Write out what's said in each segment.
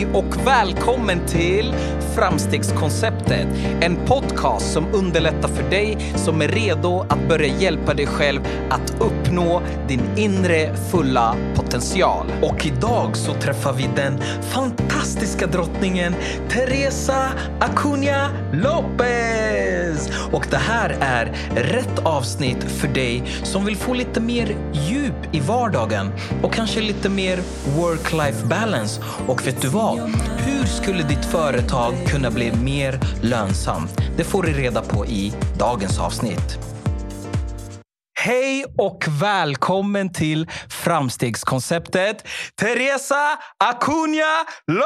Hej och välkommen till Framstegskonceptet. En podcast som underlättar för dig som är redo att börja hjälpa dig själv att uppnå din inre fulla potential. Och idag så träffar vi den fantastiska drottningen Teresa Acuña Lopez. Och det här är rätt avsnitt för dig som vill få lite mer djup i vardagen och kanske lite mer work-life balance. Och vet du vad? Hur skulle ditt företag kunna bli mer lönsamt? Det får du reda på i dagens avsnitt. Hej och välkommen till Framstegskonceptet, Teresa Acuña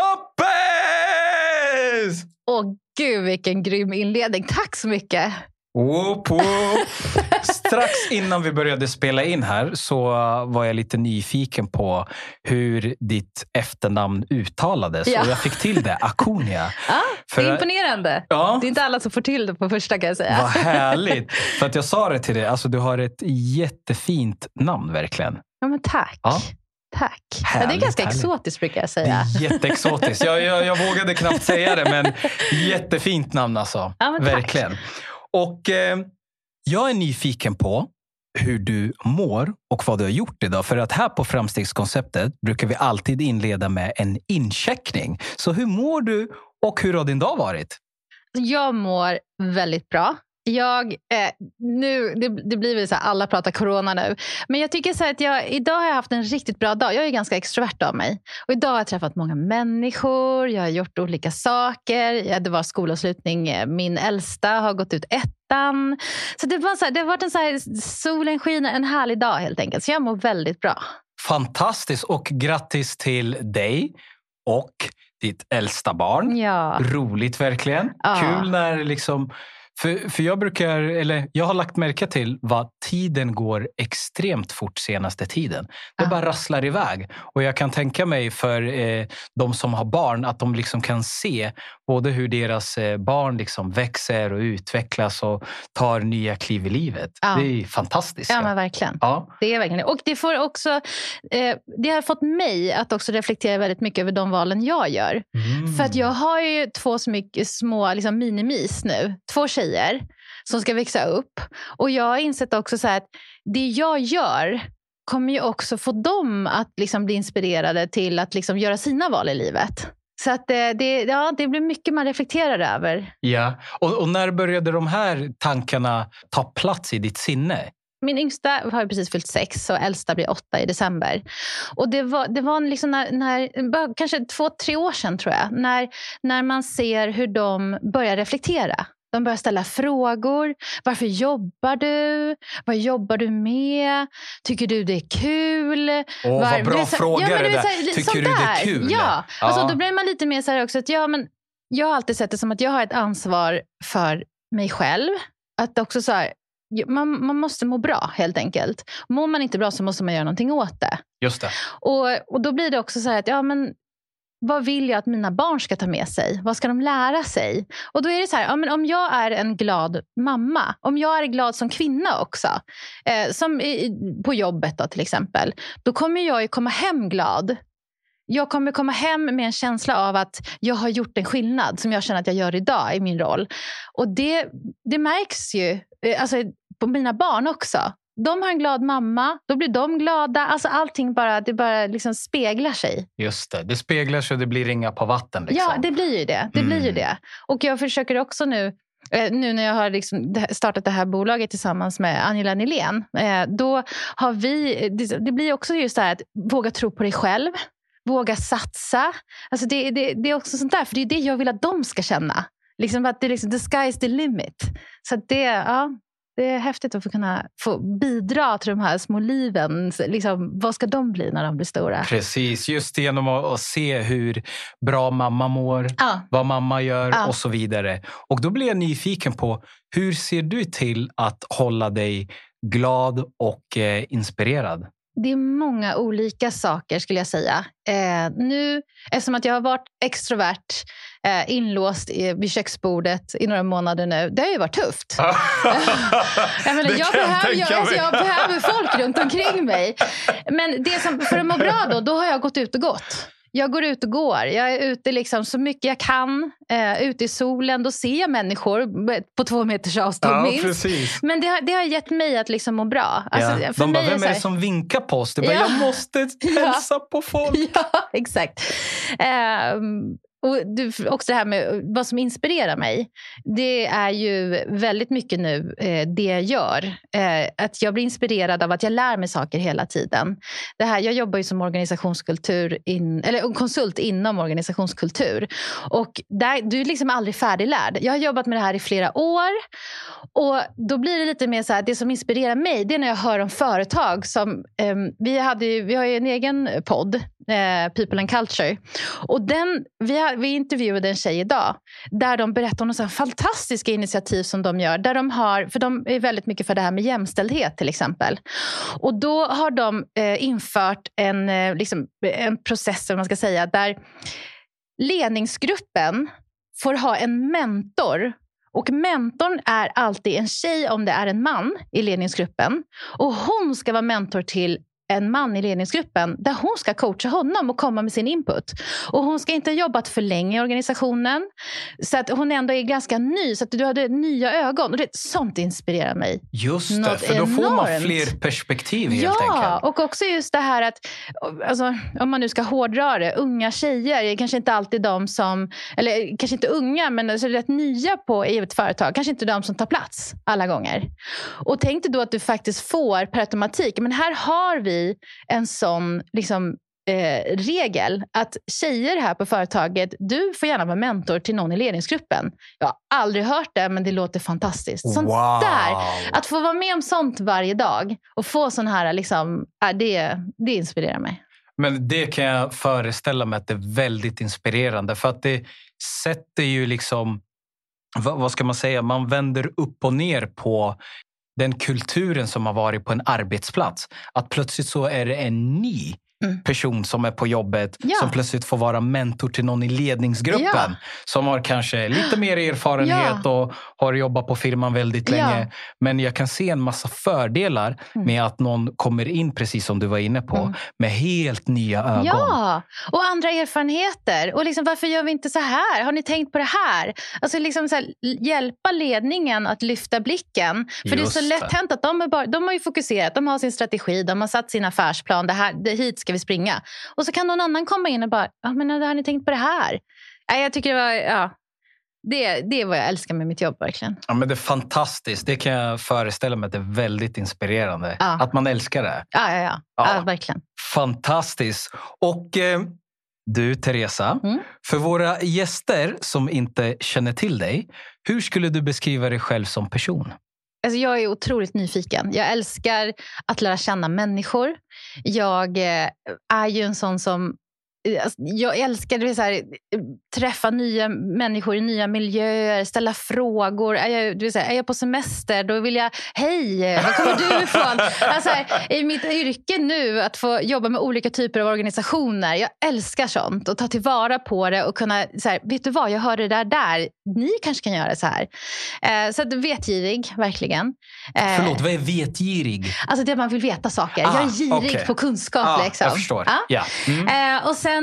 Lopez! Åh gud, vilken grym inledning. Tack så mycket. Whoop, whoop. Strax innan vi började spela in här så var jag lite nyfiken på hur ditt efternamn uttalades. Ja. Och jag fick till det, Acuña. Ja, det är imponerande. Ja. Det är inte alla som får till det på första, kan jag säga. Vad härligt. För att jag sa det till dig, alltså du har ett jättefint namn verkligen. Ja, men tack. Ja. Tack. Härligt, det är ganska härligt. exotiskt, brukar jag Det säga. är jätteexotiskt. Jag vågade knappt säga det, men jättefint namn alltså. Ja, men tack. Verkligen. Och jag är nyfiken på hur du mår och vad du har gjort idag. För att här på Framstegskonceptet brukar vi alltid inleda med en incheckning. Så hur mår du och hur har din dag varit? Jag mår väldigt bra. Det blir väl så här, alla pratar corona nu. Men jag tycker så här att idag har jag haft en riktigt bra dag. Jag är ganska extrovert av mig. Och idag har jag träffat många människor. Jag har gjort olika saker. Det var skolavslutning. Min äldsta har gått ut 1:an. Så det har varit en så här, solen skiner, en härlig dag helt enkelt. Så jag mår väldigt bra. Fantastiskt, och grattis till dig och ditt äldsta barn. Ja. Roligt verkligen. Ja. Kul när liksom... För jag har lagt märke till vad tiden går extremt fort senaste tiden. Det bara rasslar iväg. Och jag kan tänka mig för de som har barn att de liksom kan se både hur deras barn liksom växer och utvecklas och tar nya kliv i livet. Ja. Det är fantastiskt. Ja, men verkligen. Ja. Det är verkligen. Och det får också, det har fått mig att också reflektera väldigt mycket över de valen jag gör. För att jag har ju 2 så mycket små liksom minimis nu. 2 tjejer som ska växa upp. Och jag har insett också så här att det jag gör kommer ju också få dem att liksom bli inspirerade till att liksom göra sina val i livet. Så att det blir mycket man reflekterar över. Ja, och när började de här tankarna ta plats i ditt sinne? Min yngsta har ju precis fyllt 6 och äldsta blir 8 i december. Och det var liksom när kanske 2-3 år sedan tror jag. När man ser hur de börjar reflektera. De börjar ställa frågor. Varför jobbar du? Vad jobbar du med? Tycker du det är kul? Vad bra fråga det där. Tycker du det är kul? Ja, alltså, då blir man lite mer så här också. Att, men jag har alltid sett det som att jag har ett ansvar för mig själv. Att också så här, man måste må bra helt enkelt. Mår man inte bra så måste man göra någonting åt det. Just det. Och då blir det också så här att vad vill jag att mina barn ska ta med sig? Vad ska de lära sig? Och då är det så här, om jag är en glad mamma, om jag är glad som kvinna också, som på jobbet då till exempel, då kommer jag ju komma hem glad. Jag kommer komma hem med en känsla av att jag har gjort en skillnad som jag känner att jag gör idag i min roll. Och det märks ju alltså, på mina barn också. De har en glad mamma, då blir de glada. Alltså allting bara liksom speglar sig. Just det, det speglar sig och det blir ringar på vatten. Liksom. Ja, det blir ju det. Blir ju det. Och jag försöker också nu när jag har liksom startat det här bolaget tillsammans med Angela Nylén. Då har det blir också just det här att våga tro på dig själv. Våga satsa. Alltså det är också sånt där, för det är det jag vill att de ska känna. Liksom att det är liksom, the sky is the limit. Så att det är häftigt att få bidra till de här små liven. Liksom, vad ska de bli när de blir stora? Precis, just genom att se hur bra mamma mår, vad mamma gör och så vidare. Och då blir jag nyfiken på, hur ser du till att hålla dig glad och inspirerad? Det är många olika saker skulle jag säga. Nu, eftersom att jag har varit extrovert, inlåst vid köksbordet i några månader nu. Det har ju varit tufft. Jag behöver folk runt omkring mig. Men för att må bra då har jag gått ut och gått. Jag går ut och går. Jag är ute liksom så mycket jag kan. Ute i solen. Då ser jag människor på 2 meters avstånd minst. Precis. Men det har gett mig att liksom må bra. Alltså, Ja. för De bara, mig vem är det som vinkar på oss? Du bara, jag måste hälsa på folk. Ja, exakt. Och också det här med vad som inspirerar mig. Det är ju väldigt mycket nu det jag gör. Att jag blir inspirerad av att jag lär mig saker hela tiden. Det här, jag jobbar ju som konsult inom organisationskultur. Och du är liksom aldrig färdiglärd. Jag har jobbat med det här i flera år. Och då blir det lite mer så här, det som inspirerar mig, det är när jag hör om företag som vi har ju en egen podd, People and Culture. Och vi intervjuade en tjej idag där de berättar om så fantastiska initiativ som de gör. Där för de är väldigt mycket för det här med jämställdhet till exempel. Och då har de infört en process, som man ska säga, där ledningsgruppen får ha en mentor. Och mentorn är alltid en tjej om det är en man i ledningsgruppen. Och hon ska vara mentor till en man i ledningsgruppen där hon ska coacha honom och komma med sin input. Och hon ska inte ha jobbat för länge i organisationen. Så att hon ändå är ganska ny. Så att du hade nya ögon. Och sånt inspirerar mig. Just det, för då får man fler perspektiv helt enkelt. Ja, och också just det här att, alltså, om man nu ska hårdra det, unga tjejer, kanske inte alltid de som, eller kanske inte unga, men alltså rätt nya i ett företag, kanske inte de som tar plats alla gånger. Och tänk dig då att du faktiskt får per automatik, men här har vi en sån liksom regel att tjejer här på företaget, du får gärna vara mentor till någon i ledningsgruppen. Jag har aldrig hört det, men det låter fantastiskt. Sånt där, att få vara med om sånt varje dag och få sån här liksom, det inspirerar mig. Men det kan jag föreställa mig att det är väldigt inspirerande, för att det sätter ju liksom, vad ska man säga, man vänder upp och ner på den kulturen som har varit på en arbetsplats. Att plötsligt så är det en ny person som är på jobbet som plötsligt får vara mentor till någon i ledningsgruppen som har kanske lite mer erfarenhet och har jobbat på firman väldigt länge. Men jag kan se en massa fördelar med att någon kommer in, precis som du var inne på, med helt nya ögon. Ja, och andra erfarenheter. Och liksom, varför gör vi inte så här? Har ni tänkt på det här? Alltså liksom så här, hjälpa ledningen att lyfta blicken. För det är så lätt hänt att de har ju fokuserat, de har sin strategi, de har satt sin affärsplan, hit ska vi springa. Och så kan någon annan komma in och bara, men har ni tänkt på det här? Jag tycker det var, det är vad jag älskar med mitt jobb verkligen. Ja, men det är fantastiskt. Det kan jag föreställa mig att det är väldigt inspirerande. Att man älskar det. Ja, verkligen. Fantastiskt. Och du, Teresa, för våra gäster som inte känner till dig, hur skulle du beskriva dig själv som person? Alltså jag är otroligt nyfiken. Jag älskar att lära känna människor. Jag är ju en sån som... Jag älskar så träffa nya människor i nya miljöer, ställa frågor. Är jag på semester, då vill jag, hej, var kommer du ifrån? Alltså, i mitt yrke nu, att få jobba med olika typer av organisationer, jag älskar sånt och ta tillvara på det och kunna, vet du vad, jag hörde det där, ni kanske kan göra så här. Så att vetgirig, verkligen. Förlåt, vad är vetgirig? Alltså det man vill veta saker. Jag är girig på kunskap. Liksom. Jag förstår. Och sen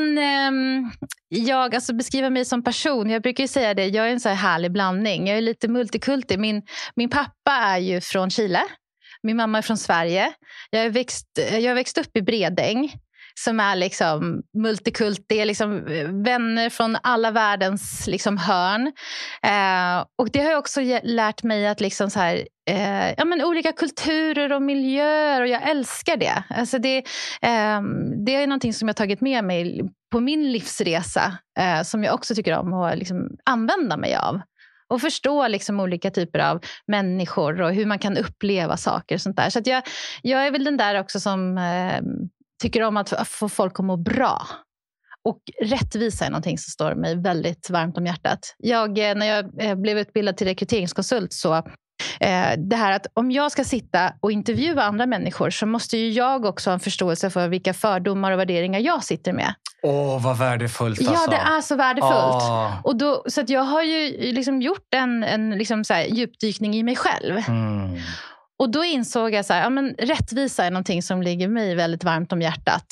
jag beskriver mig som person. Jag brukar ju säga det, jag är en så här härlig blandning. Jag är lite multikulti. Min pappa är ju från Chile. Min mamma är från Sverige. Jag har växt upp i Bredäng, som är liksom multikult. Det är liksom vänner från alla världens liksom hörn. Och det har jag också lärt mig att liksom så här, olika kulturer och miljöer, och jag älskar det. Alltså det är någonting som jag tagit med mig på min livsresa, som jag också tycker om att liksom använda mig av. Och förstå liksom olika typer av människor och hur man kan uppleva saker och sånt där. Så att jag är väl den där också som tycker om att få folk att må bra. Och rättvisa är någonting som står mig väldigt varmt om hjärtat. När jag blev utbildad till rekryteringskonsult, så det här att om jag ska sitta och intervjua andra människor, så måste ju jag också ha en förståelse för vilka fördomar och värderingar jag sitter med. Vad värdefullt alltså. Ja, det är så värdefullt. Och så att jag har ju liksom gjort en liksom så här djupdykning i mig själv. Och då insåg jag så här, rättvisa är någonting som ligger mig väldigt varmt om hjärtat.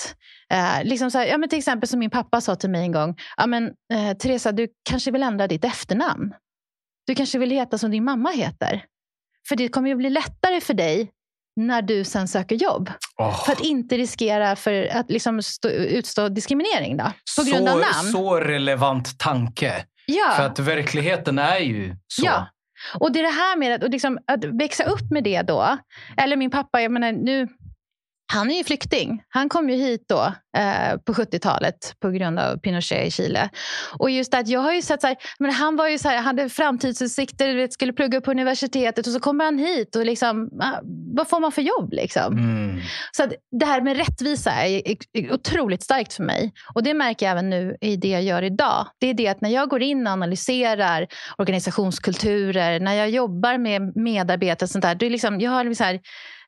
Liksom så här, ja, men till exempel som min pappa sa till mig en gång. Ja, men, Teresa, du kanske vill ändra ditt efternamn. Du kanske vill heta som din mamma heter. För det kommer ju bli lättare för dig när du sen söker jobb. För att inte riskera för att liksom utstå diskriminering då, på grund av namn. Så relevant tanke. Ja. För att verkligheten är ju så. Ja. Och det är det här med att växa upp med det då. Eller min pappa, jag menar nu... Han är ju flykting. Han kom ju hit då på 70-talet på grund av Pinochet i Chile. Och just att jag har ju sett så här, men han var ju så här, hade framtidsutsikter, skulle plugga på universitetet och så kommer han hit och liksom, vad får man för jobb liksom? Så att det här med rättvisa är otroligt starkt för mig. Och det märker jag även nu i det jag gör idag. Det är det att när jag går in och analyserar organisationskulturer, när jag jobbar med medarbetare och sånt där, då är liksom, jag har så här,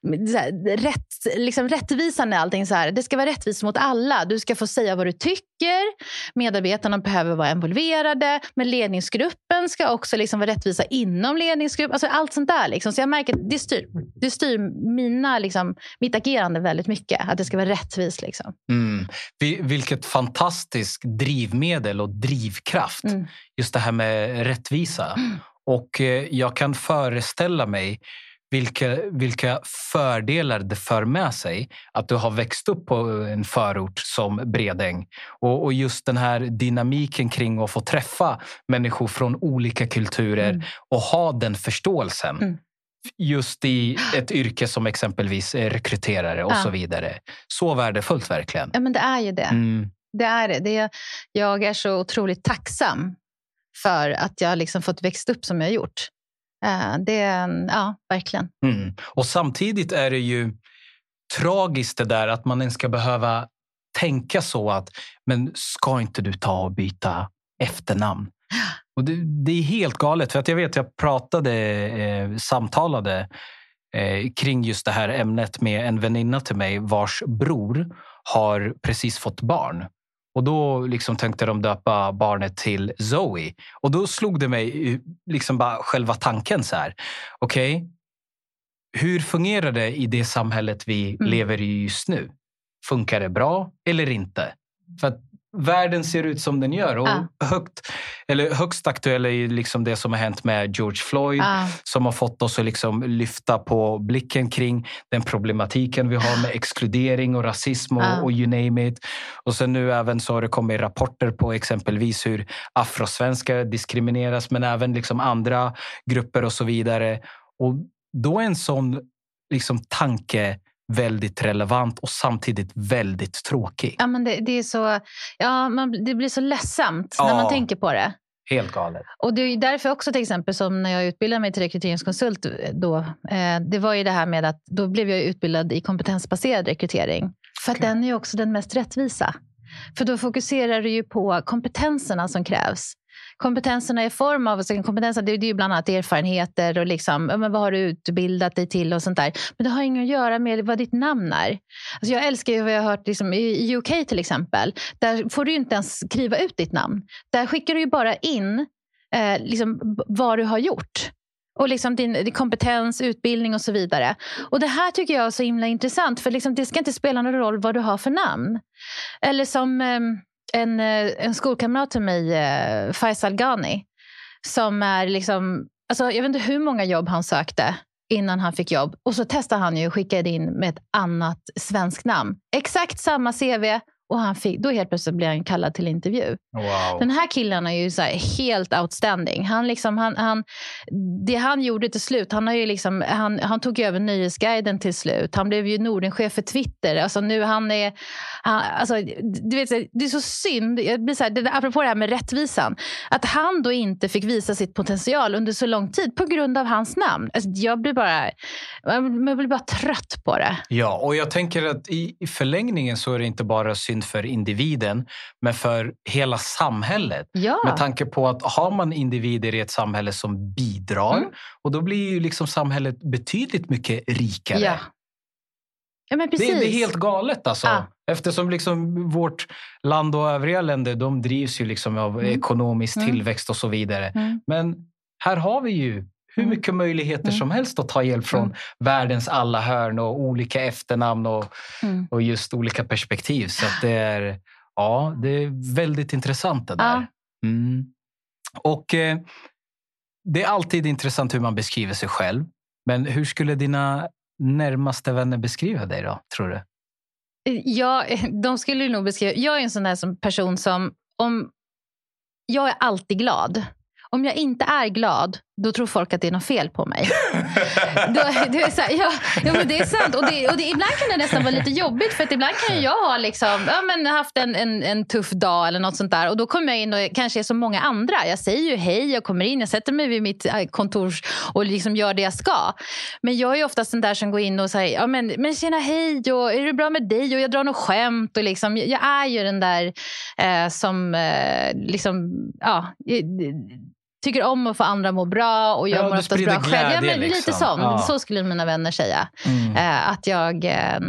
rättvisan är allting så här. Det ska vara rättvist mot alla. Du ska få säga vad du tycker. Medarbetarna behöver vara involverade. Men ledningsgruppen ska också liksom vara rättvisa inom ledningsgruppen. Alltså allt sånt där liksom. Så jag märker att det styr mitt agerande väldigt mycket. Att det ska vara rättvist liksom. Vilket fantastiskt drivmedel och drivkraft. Just det här med rättvisa. Och jag kan föreställa mig vilka fördelar det för med sig att du har växt upp på en förort som Bredäng. Och just den här dynamiken kring att få träffa människor från olika kulturer och ha den förståelsen. Just i ett yrke som exempelvis rekryterare och så vidare. Så värdefullt verkligen. Ja, men det är ju det. Det är det. Jag är så otroligt tacksam för att jag liksom fått växt upp som jag har gjort. Ja, verkligen. Och samtidigt är det ju tragiskt det där att man ens ska behöva tänka så att, men ska inte du ta och byta efternamn? Och det är helt galet, för att jag vet, jag samtalade kring just det här ämnet med en väninna till mig vars bror har precis fått barn. Och då liksom tänkte de döpa barnet till Zoe. Och då slog det mig liksom bara själva tanken så här. Okej, hur fungerar det i det samhället vi lever i just nu? Funkar det bra eller inte? För att världen ser ut som den gör. Och högst aktuell är ju liksom det som har hänt med George Floyd. Som har fått oss att liksom lyfta på blicken kring den problematiken vi har med exkludering och rasism och you name it. Och sen nu även så har det kommit rapporter på exempelvis hur afrosvenskar diskrimineras, men även liksom andra grupper och så vidare. Och då är en sån liksom tanke väldigt relevant och samtidigt väldigt tråkig. Ja, men det är så, det blir så ledsamt när man tänker på det. Helt galet. Och det är därför också till exempel som när jag utbildade mig till rekryteringskonsult då, det var ju det här med att då blev jag utbildad i kompetensbaserad rekrytering. För att den är ju också den mest rättvisa. För då fokuserar du ju på kompetenserna som krävs. Kompetenserna i form av, kompetenser, det är ju bland annat erfarenheter och liksom, men vad har du utbildat dig till och sånt där. Men det har inget att göra med vad ditt namn är. Alltså jag älskar ju vad jag har hört liksom, i UK till exempel. Där får du ju inte ens skriva ut ditt namn. Där skickar du ju bara in liksom, vad du har gjort. Och liksom din kompetens, utbildning och så vidare. Och det här tycker jag är så himla intressant. För liksom, det ska inte spela någon roll vad du har för namn. Eller som en skolkamrat till mig, Faisal Ghani. Som är liksom, alltså jag vet inte hur många jobb han sökte innan han fick jobb. Och så testade han ju och skickade in med ett annat svenskt namn. Exakt samma CV. Och då helt plötsligt blev han kallad till intervju. Wow. Den här killen är ju så här helt outstanding. Det han gjorde till slut, han tog över Nöjesguiden till slut. Han blev ju Nordenchef för Twitter. Alltså nu du vet, det är så synd. Jag blir så här, apropå det här med rättvisan, att han då inte fick visa sitt potential under så lång tid på grund av hans namn. Alltså, jag blir bara trött på det. Ja, och jag tänker att i förlängningen så är det inte bara synd för individen, men för hela samhället. Ja. Med tanke på att har man individer i ett samhälle som bidrar, och då blir ju liksom samhället betydligt mycket rikare. Ja. Ja, men precis. Det är helt galet alltså. Eftersom liksom vårt land och övriga länder, de drivs ju liksom av ekonomisk tillväxt och så vidare. Men här har vi ju hur mycket möjligheter som helst att ta hjälp från världens alla hörn och olika efternamn och just olika perspektiv. Så att det är väldigt intressant det där. Och det är alltid intressant hur man beskriver sig själv. Men hur skulle dina närmaste vänner beskriva dig då, tror du? De skulle nog beskriva... Jag är en sån där person som... Jag är alltid glad. Om jag inte är glad, då tror folk att det är något fel på mig. Det är så här, men det är sant. Och ibland kan det nästan vara lite jobbigt. För att ibland kan jag ha haft en tuff dag eller något sånt där. Och då kommer jag in och kanske är som många andra. Jag säger ju hej, jag kommer in, jag sätter mig vid mitt kontor och liksom gör det jag ska. Men jag är oftast den där som går in och säger, men tjena, hej, och är det bra med dig? Och jag drar något skämt. Och liksom, jag är ju den där som tycker om att få andra må bra och jag mår oftast bra själv. Ja, men lite sånt. Ja. Så skulle mina vänner säga. Att jag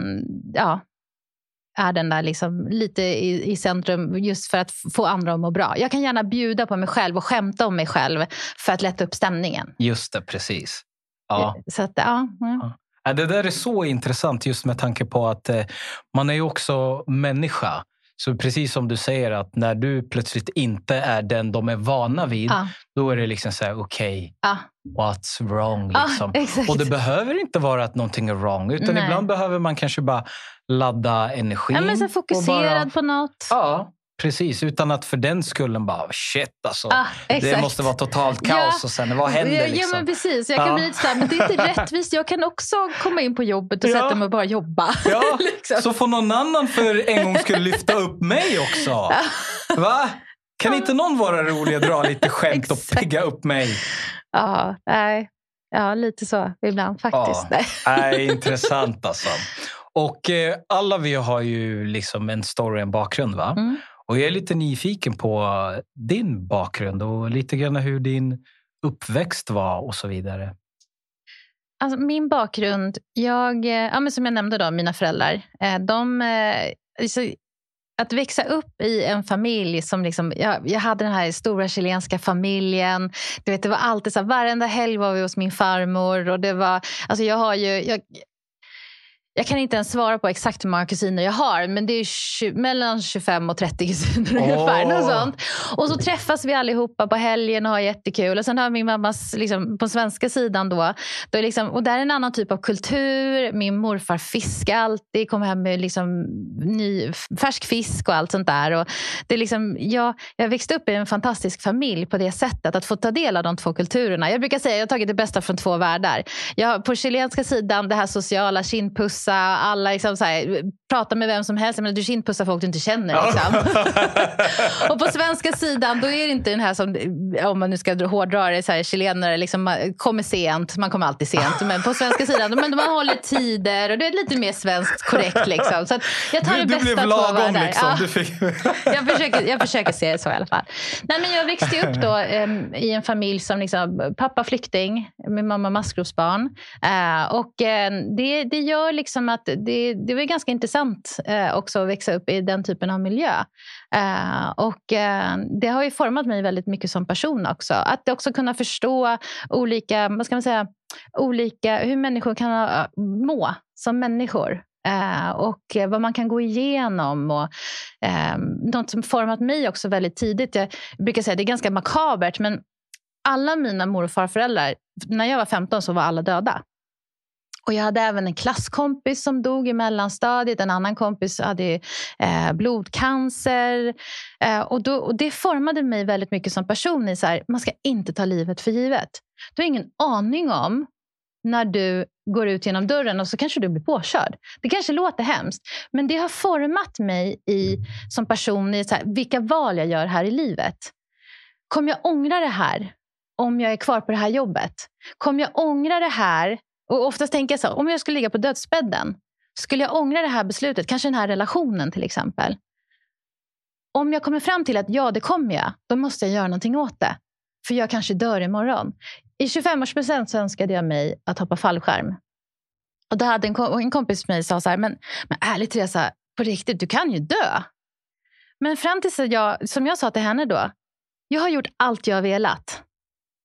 är den där liksom lite i centrum just för att få andra att må bra. Jag kan gärna bjuda på mig själv och skämta om mig själv för att lätta upp stämningen. Just det, precis. Ja. Så att, Det där är så intressant just med tanke på att man är ju också människa. Så precis som du säger att när du plötsligt inte är den de är vana vid, då är det liksom så här, okej, what's wrong liksom. Och det behöver inte vara att någonting är wrong, utan ibland behöver man kanske bara ladda energin. Ja, men så fokuserad på något. Ja, precis. Utan att för den skullen bara, shit alltså. Det måste vara totalt kaos och sen, vad händer liksom? Ja, men precis. Jag kan bli lite så här, men det är inte rättvist. Jag kan också komma in på jobbet och sätta mig och bara jobba. Ja, liksom. Så får någon annan för en gång skulle lyfta upp mig också. Va? Kan inte någon vara rolig och dra lite skämt och pigga upp mig? Ja, nej. Ja, lite så ibland faktiskt. Intressant alltså. Och alla vi har ju liksom en story, en bakgrund, va? Och jag är lite nyfiken på din bakgrund och lite grann hur din uppväxt var och så vidare. Alltså min bakgrund, som jag nämnde då, mina föräldrar, att växa upp i en familj som liksom, jag hade den här stora chilenska familjen. Du vet, det var alltid så här, varenda helg var vi hos min farmor och det var, alltså jag kan inte ens svara på exakt hur många kusiner jag har. Men det är mellan 25 och 30 kusiner ungefär. Något sånt. Och så träffas vi allihopa på helgen och har jättekul. Och sen har min mammas, liksom, på svenska sidan då liksom, och där är en annan typ av kultur. Min morfar fiskar alltid. Kom hem med liksom, ny färsk fisk och allt sånt där. Och det är liksom, jag växte upp i en fantastisk familj på det sättet. Att få ta del av de två kulturerna. Jag brukar säga att jag har tagit det bästa från två världar. På chilenska sidan, det här sociala kindpussa. Alla liksom så här, prata med vem som helst, men du kindpussar folk du inte känner liksom. Och på svenska sidan då är det inte den här som, om man nu ska hårdra det så här, chilenare liksom kommer sent, man kommer alltid sent, men på svenska sidan men man håller tider och det är lite mer svenskt korrekt liksom. Så att jag tar det bästa av två världar. Liksom. Jag försöker se det så i alla fall. Nej, men jag växte upp då i en familj som liksom, pappa flykting, min mamma massgrovsbarn, och det gör liksom att det var ganska intressant också att växa upp i den typen av miljö. Och det har ju format mig väldigt mycket som person också. Att också kunna förstå olika, vad ska man säga, hur människor kan må som människor. Och vad man kan gå igenom och något som format mig också väldigt tidigt. Jag brukar säga att det är ganska makabert, men alla mina mor- och farföräldrar, när jag var 15 så var alla döda. Och jag hade även en klasskompis som dog i mellanstadiet. En annan kompis hade blodcancer. Och det formade mig väldigt mycket som person i så här, man ska inte ta livet för givet. Du har ingen aning om när du går ut genom dörren och så kanske du blir påkörd. Det kanske låter hemskt. Men det har format mig som person i så här, vilka val jag gör här i livet. Kommer jag ångra det här om jag är kvar på det här jobbet? Kommer jag ångra det här? Och oftast tänker jag så, om jag skulle ligga på dödsbädden, skulle jag ångra det här beslutet, kanske den här relationen till exempel. Om jag kommer fram till att ja, det kommer jag, då måste jag göra någonting åt det. För jag kanske dör imorgon. I 25-årspresent så önskade jag mig att hoppa fallskärm. Och då hade en kompis med mig sa så här, men ärligt Teresa, på riktigt, du kan ju dö. Men fram tills som jag sa till henne då, jag har gjort allt jag har velat.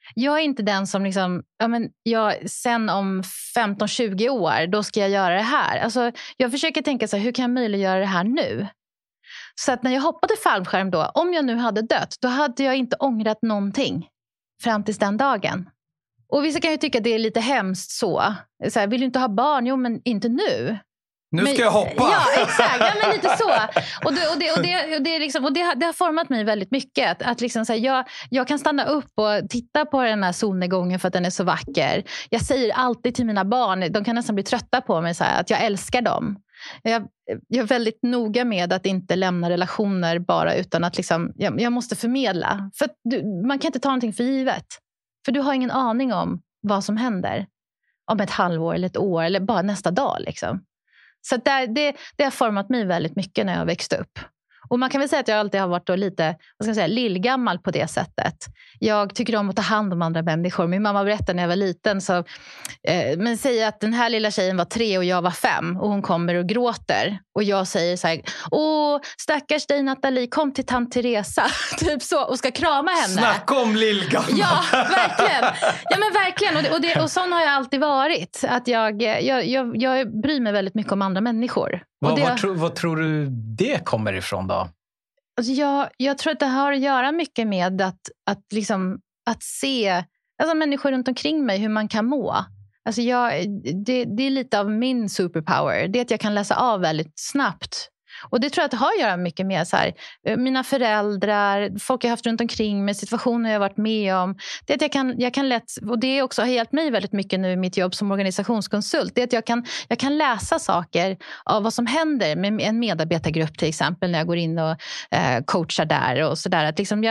Jag är inte den som liksom, sen om 15-20 år, då ska jag göra det här. Alltså, jag försöker tänka så här, hur kan jag möjliggöra det här nu? Så att när jag hoppade fallskärm då, om jag nu hade dött, då hade jag inte ångrat någonting fram tills den dagen. Och vissa kan ju tycka att det är lite hemskt så här, vill du inte ha barn? Jo, men inte nu. Nu ska jag hoppa. Ja, exakt. Ja, men lite så. Det har format mig väldigt mycket. Att liksom, så här, jag kan stanna upp och titta på den här solnedgången för att den är så vacker. Jag säger alltid till mina barn, de kan nästan bli trötta på mig, så här, att jag älskar dem. Jag är väldigt noga med att inte lämna relationer bara, utan att liksom, jag måste förmedla. För man kan inte ta någonting för givet. För du har ingen aning om vad som händer om ett halvår eller ett år eller bara nästa dag. Liksom. Så det har format mig väldigt mycket när jag växte upp. Och man kan väl säga att jag alltid har varit då lite, lillgammal på det sättet. Jag tycker om att ta hand om andra människor. Min mamma berättade när jag var liten, men säger att den här lilla tjejen var 3 och jag var 5 och hon kommer och gråter. Och jag säger så här, åh, stackars dig Nathalie, kom till tant Teresa. Typ så, och ska krama henne. Snacka om lillgammal. Ja, verkligen. Ja, men verkligen. Och sån har jag alltid varit. Att jag bryr mig väldigt mycket om andra människor. Vad tror du det kommer ifrån då? Alltså jag tror att det har att göra mycket med att se människor runt omkring mig, hur man kan må. Alltså det är lite av min superpower. Det är att jag kan läsa av väldigt snabbt. Och det tror jag att det har att göra mycket med så här, mina föräldrar, folk jag haft runt omkring mig, situationer jag varit med om. Det är att jag kan lätt, och det också har hjälpt mig väldigt mycket nu i mitt jobb som organisationskonsult. Det är att jag kan läsa saker av vad som händer med en medarbetargrupp till exempel, när jag går in och coachar där och sådär. Att liksom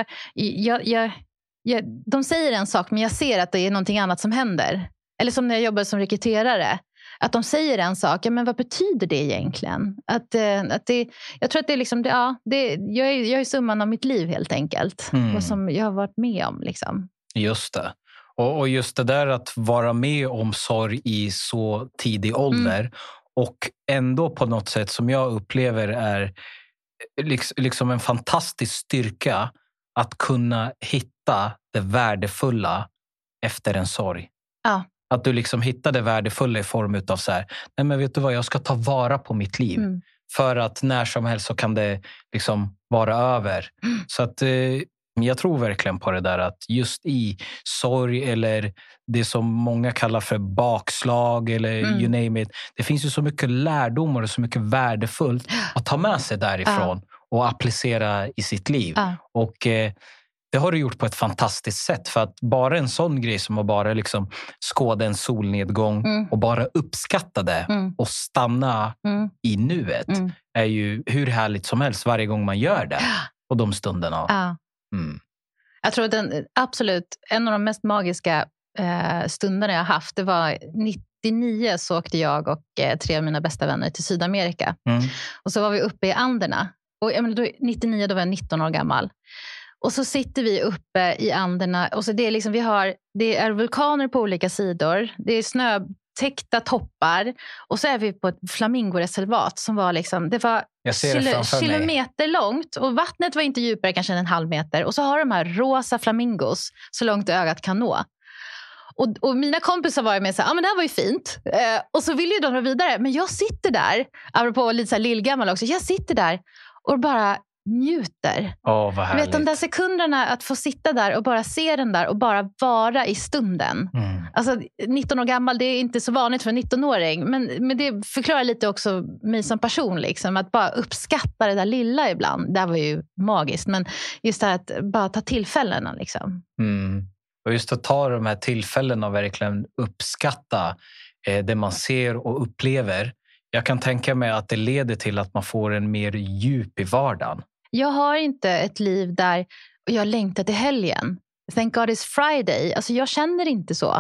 de säger en sak, men jag ser att det är någonting annat som händer. Eller som när jag jobbar som rekryterare. Att de säger en sak, men vad betyder det egentligen? Jag tror att det är liksom, jag är summan av mitt liv helt enkelt. Vad som jag har varit med om liksom. Just det. Och just det där att vara med om sorg i så tidig ålder och ändå på något sätt som jag upplever är liksom en fantastisk styrka att kunna hitta det värdefulla efter en sorg. Ja. Att du liksom hittar det värdefulla i form av så här, nej men vet du vad, jag ska ta vara på mitt liv. För att när som helst så kan det liksom vara över. Så att jag tror verkligen på det där att just i sorg eller det som många kallar för bakslag eller you name it. Det finns ju så mycket lärdomar och så mycket värdefullt att ta med sig därifrån och applicera i sitt liv. Och det har du gjort på ett fantastiskt sätt, för att bara en sån grej som att bara liksom skåda en solnedgång och bara uppskatta det och stanna i nuet är ju hur härligt som helst varje gång man gör det och de stunderna. Jag tror att absolut en av de mest magiska stunderna jag haft, det var 99 så åkte jag och 3 av mina bästa vänner till Sydamerika. Och så var vi uppe i Anderna. Och 99, då var jag 19 år gammal. Och så sitter vi uppe i Anderna. Och så det är liksom, det är vulkaner på olika sidor. Det är snötäckta toppar. Och så är vi på ett flamingoreservat som var liksom, det var kilometer långt. Och vattnet var inte djupare, kanske än 1,5 meter. Och så har de här rosa flamingos så långt ögat kan nå. Och mina kompisar var med så här, men det här var ju fint. Och så vill ju de dra vidare. Men jag sitter där, apropå lite så här lillgammal också. Jag sitter där och bara njuter. Vad härligt. Du vet, de där sekunderna att få sitta där och bara se den där och bara vara i stunden. Alltså 19 år gammal, det är inte så vanligt för en 19-åring. Men det förklarar lite också mig som person. Liksom, att bara uppskatta det där lilla ibland. Det var ju magiskt. Men just det här att bara ta tillfällena liksom. Och just att ta de här tillfällena och verkligen uppskatta det man ser och upplever. Jag kan tänka mig att det leder till att man får en mer djup i vardagen. Jag har inte ett liv där jag längtar till helgen. Thank God it's Friday. Alltså jag känner inte så.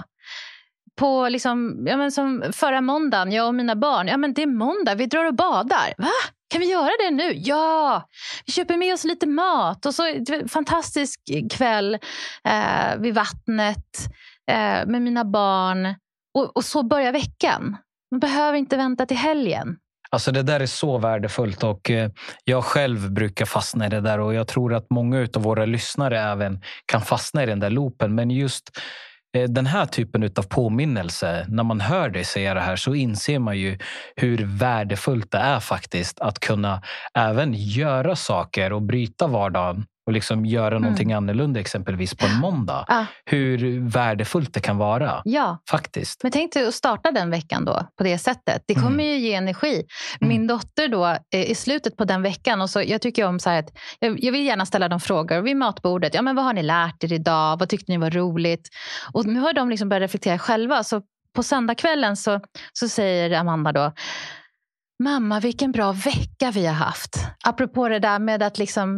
På liksom, som förra måndagen, jag och mina barn. Det är måndag, vi drar och badar. Va? Kan vi göra det nu? Ja! Vi köper med oss lite mat. Och så fantastisk kväll vid vattnet med mina barn. Och så börjar veckan. Man behöver inte vänta till helgen. Alltså det där är så värdefullt och jag själv brukar fastna i det där och jag tror att många av våra lyssnare även kan fastna i den där loopen. Men just den här typen av påminnelse, när man hör dig säga det här så inser man ju hur värdefullt det är faktiskt att kunna även göra saker och bryta vardagen och liksom göra någonting annorlunda exempelvis på en måndag. Hur värdefullt det kan vara. Ja. Faktiskt. Men tänk dig att starta den veckan då på det sättet. Det kommer ju ge energi. Min dotter då i slutet på den veckan och så jag tycker om så här att jag vill gärna ställa dem frågor vid matbordet. Ja, men vad har ni lärt er idag? Vad tyckte ni var roligt? Och nu har de liksom börjat reflektera själva. Så på söndagskvällen så säger Amanda då: mamma, vilken bra vecka vi har haft. Apropå det där med att liksom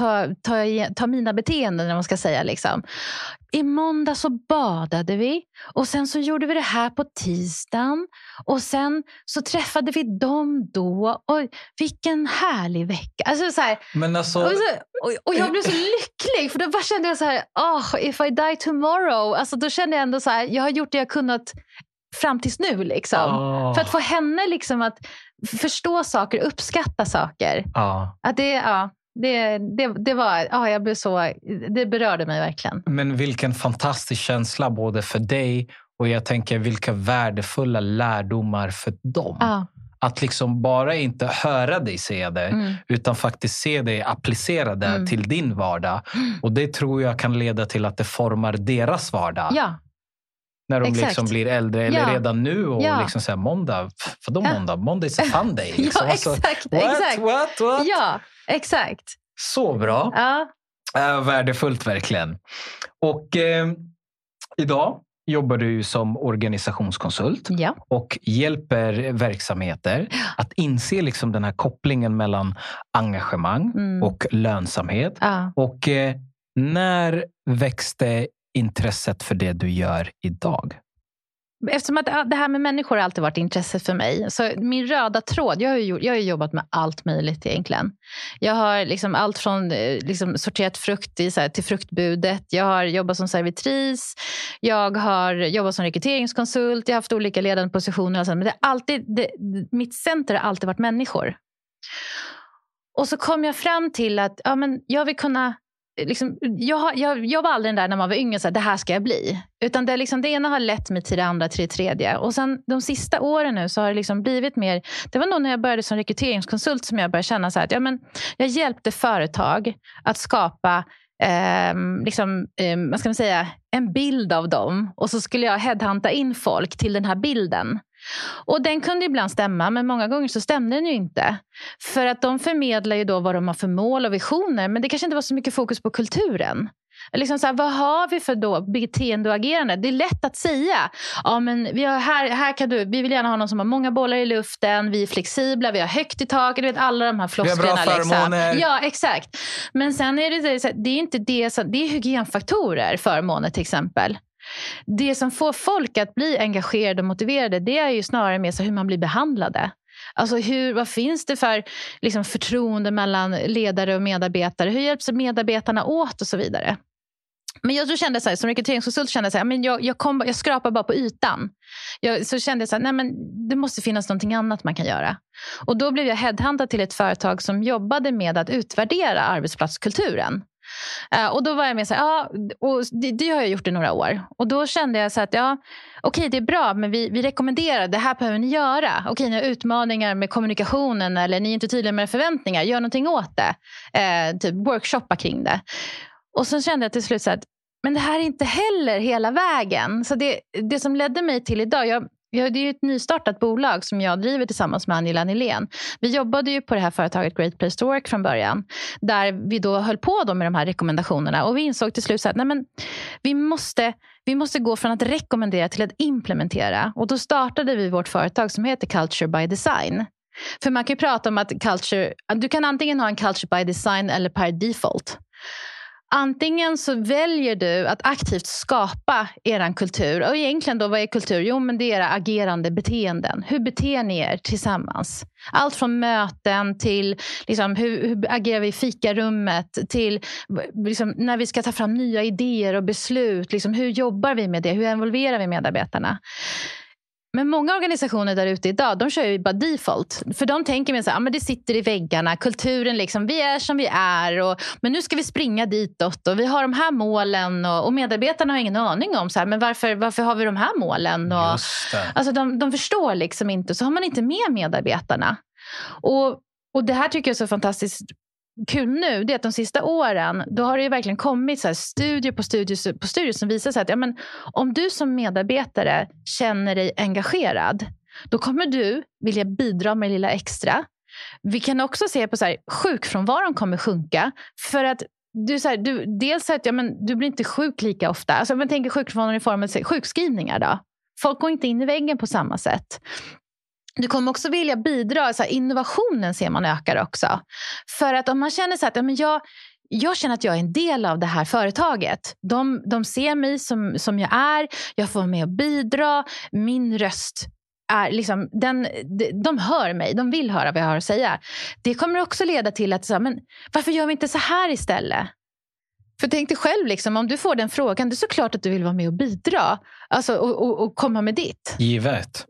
ta mina beteenden, när man ska säga liksom. I måndag så badade vi. Och sen så gjorde vi det här på tisdagen. Och sen så träffade vi dem då. Och vilken härlig vecka. Alltså så här, men alltså... och jag blev så lycklig. För då bara kände jag så här, if I die tomorrow. Alltså då kände jag ändå så här, jag har gjort det jag kunnat fram tills nu liksom. För att få henne liksom att förstå saker, uppskatta saker. Att det var, jag blev så, det berörde mig verkligen. Men vilken fantastisk känsla både för dig och jag tänker vilka värdefulla lärdomar för dem. Att liksom bara inte höra dig säga det utan faktiskt se dig applicera det till din vardag. Och det tror jag kan leda till att det formar deras vardag. Ja. När de liksom blir äldre eller redan nu och liksom säger måndag, för då måndag? Måndag is a fun day. Liksom. Ja, exakt. What? Ja, exakt. Så bra. Värdefullt verkligen. Och idag jobbar du som organisationskonsult och hjälper verksamheter att inse liksom den här kopplingen mellan engagemang och lönsamhet. Och när växte intresset för det du gör idag? Eftersom att det här med människor har alltid varit intresse för mig. Så min röda tråd, jag har ju jobbat med allt möjligt egentligen. Jag har liksom allt från liksom sorterat frukt till fruktbudet. Jag har jobbat som servitris. Jag har jobbat som rekryteringskonsult. Jag har haft olika ledande positioner. Men mitt center har alltid varit människor. Och så kom jag fram till att jag vill kunna... Liksom, jag var aldrig den där när man var yngre så här, det här ska jag bli. Utan det ena har lett mig till det andra, till det tredje. Och sen de sista åren nu så har det liksom blivit mer. Det var nog när jag började som rekryteringskonsult som jag började känna så här att jag hjälpte företag att skapa vad ska man säga, en bild av dem. Och så skulle jag headhunta in folk till den här bilden. Och den kunde ibland stämma, men många gånger så stämde den ju inte. För att de förmedlar ju då vad de har för mål och visioner, men det kanske inte var så mycket fokus på kulturen. Liksom så här, vad har vi för då beteende och agerande? Det är lätt att säga. Ja, men vi har här kan vi vill gärna ha någon som har många bollar i luften. Vi är flexibla, vi har högt i taket. Du vet, alla de här flosklerna. Vi har bra förmåner. Liksom. Ja, exakt. Men sen är det är inte det. Det är hygienfaktorer, förmåner till exempel. Det som får folk att bli engagerade och motiverade, det är ju snarare mer så hur man blir behandlade. Alltså vad finns det för liksom, förtroende mellan ledare och medarbetare? Hur hjälps medarbetarna åt och så vidare? Men jag kände så här, som rekryteringskonsult kände jag så här, men jag skrapar bara på ytan. Så kände jag så här, nej men det måste finnas någonting annat man kan göra. Och då blev jag headhuntad till ett företag som jobbade med att utvärdera arbetsplatskulturen. Och då var jag med så här, och det har jag gjort i några år. Och då kände jag så att okej, det är bra, men vi rekommenderar, det här behöver ni göra. Okej, ni har utmaningar med kommunikationen eller ni är inte tydliga med förväntningar, gör någonting åt det. Typ workshoppa kring det. Och så kände jag till slut så att men det här är inte heller hela vägen. Så det som ledde mig till idag, det är ju ett nystartat bolag som jag driver tillsammans med Angela Nylén. Vi jobbade ju på det här företaget Great Place to Work från början. Där vi då höll på med de här rekommendationerna. Och vi insåg till slut så att nej men, vi måste gå från att rekommendera till att implementera. Och då startade vi vårt företag som heter Culture by Design. För man kan ju prata om att du kan antingen ha en culture by design eller per default. Antingen så väljer du att aktivt skapa eran kultur. Och egentligen då, vad är kultur? Jo, men det är era agerande beteenden. Hur beter ni er tillsammans? Allt från möten till liksom, hur agerar vi i fikarummet till liksom, när vi ska ta fram nya idéer och beslut. Liksom, hur jobbar vi med det? Hur involverar vi medarbetarna? Men många organisationer där ute idag, de kör ju bara default. För de tänker med så här, men det sitter i väggarna, kulturen liksom, vi är som vi är. Men nu ska vi springa ditåt och vi har de här målen. Och medarbetarna har ingen aning om så här, men varför har vi de här målen? Och, alltså de förstår liksom inte, så har man inte med medarbetarna. Och det här tycker jag är så fantastiskt kul nu, det är att de sista åren då har det ju verkligen kommit så här studier på studier som visar sig att om du som medarbetare känner dig engagerad, då kommer du vilja bidra med lilla extra. Vi kan också se på så här, sjukfrånvaron kommer sjunka för att du blir inte sjuk lika ofta. Alltså man tänker sjukfrånvaron i form av sjukskrivningar då. Folk går inte in i väggen på samma sätt. Du kommer också vilja bidra, så här, innovationen ser man ökar också. För att om man känner så att jag känner att jag är en del av det här företaget. De ser mig som jag är, jag får vara med och bidra, min röst är liksom, de hör mig, de vill höra vad jag har att säga. Det kommer också leda till att, men varför gör vi inte så här istället? För tänk dig själv, liksom, om du får den frågan, det är såklart att du vill vara med och bidra. Alltså, och komma med ditt. Givet.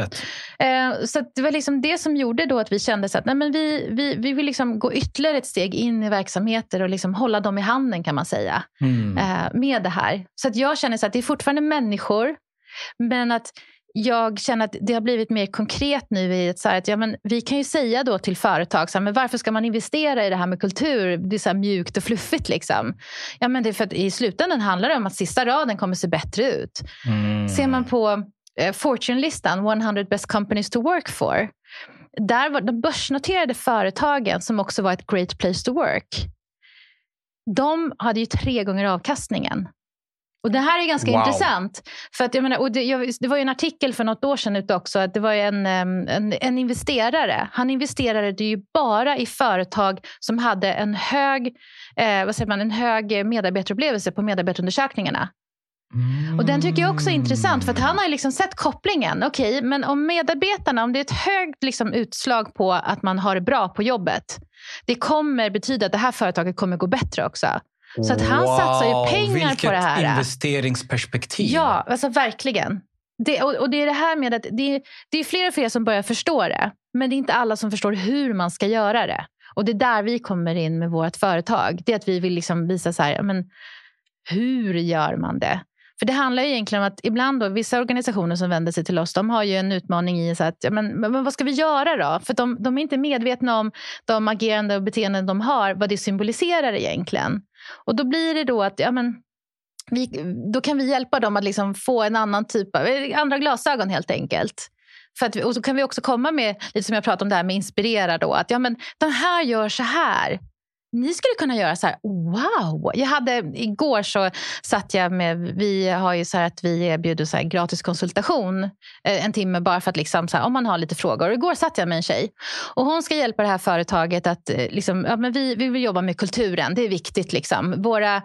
Så det var liksom det som gjorde då att vi kände så att vi vill liksom gå ytterligare ett steg in i verksamheter och liksom hålla dem i handen, kan man säga. Med det här. Så att jag känner så att det är fortfarande människor, men att jag känner att det har blivit mer konkret nu i ett så här att vi kan ju säga då till företag så här, men varför ska man investera i det här med kultur? Det är så här mjukt och fluffigt liksom. Ja, men det är för att i slutändan handlar det om att sista raden kommer se bättre ut. Ser man på Fortune-listan 100 best companies to work for, där var de börsnoterade företagen som också var ett great place to work. De hade ju 3 gånger avkastningen. Och det här är ganska intressant. För att det var ju en artikel för något år sedan ute också. Att det var en investerare. Han investerade ju bara i företag som hade en hög medarbetarupplevelse på medarbetarundersökningarna. Och den tycker jag också är intressant. För att han har liksom sett kopplingen. Okej, men om medarbetarna, om det är ett högt liksom utslag på att man har det bra på jobbet, det kommer betyda att det här företaget kommer gå bättre också. Så att han satsar ju pengar på det här. Vilket investeringsperspektiv. Ja, alltså verkligen. Och det är det här med att det är fler och fler som börjar förstå det. Men det är inte alla som förstår hur man ska göra det. Och det är där vi kommer in med vårt företag. Det är att vi vill liksom visa så här, men hur gör man det? För det handlar ju egentligen om att ibland då, vissa organisationer som vänder sig till oss, de har ju en utmaning i så att, men vad ska vi göra då? För de är inte medvetna om de agerande och beteenden de har, vad det symboliserar egentligen. Och då blir det då att, då kan vi hjälpa dem att liksom få en annan typ av, andra glasögon helt enkelt. Och så kan vi också komma med, lite som jag pratade om det här med inspirera då, att den här gör så här. Ni skulle kunna göra så här, wow. Igår så satt jag med, vi har ju så här att vi erbjuder så här gratis konsultation 1 timme bara för att liksom så här, om man har lite frågor. Och igår satt jag med en tjej och hon ska hjälpa det här företaget att liksom, men vi vill jobba med kulturen, det är viktigt liksom. Våra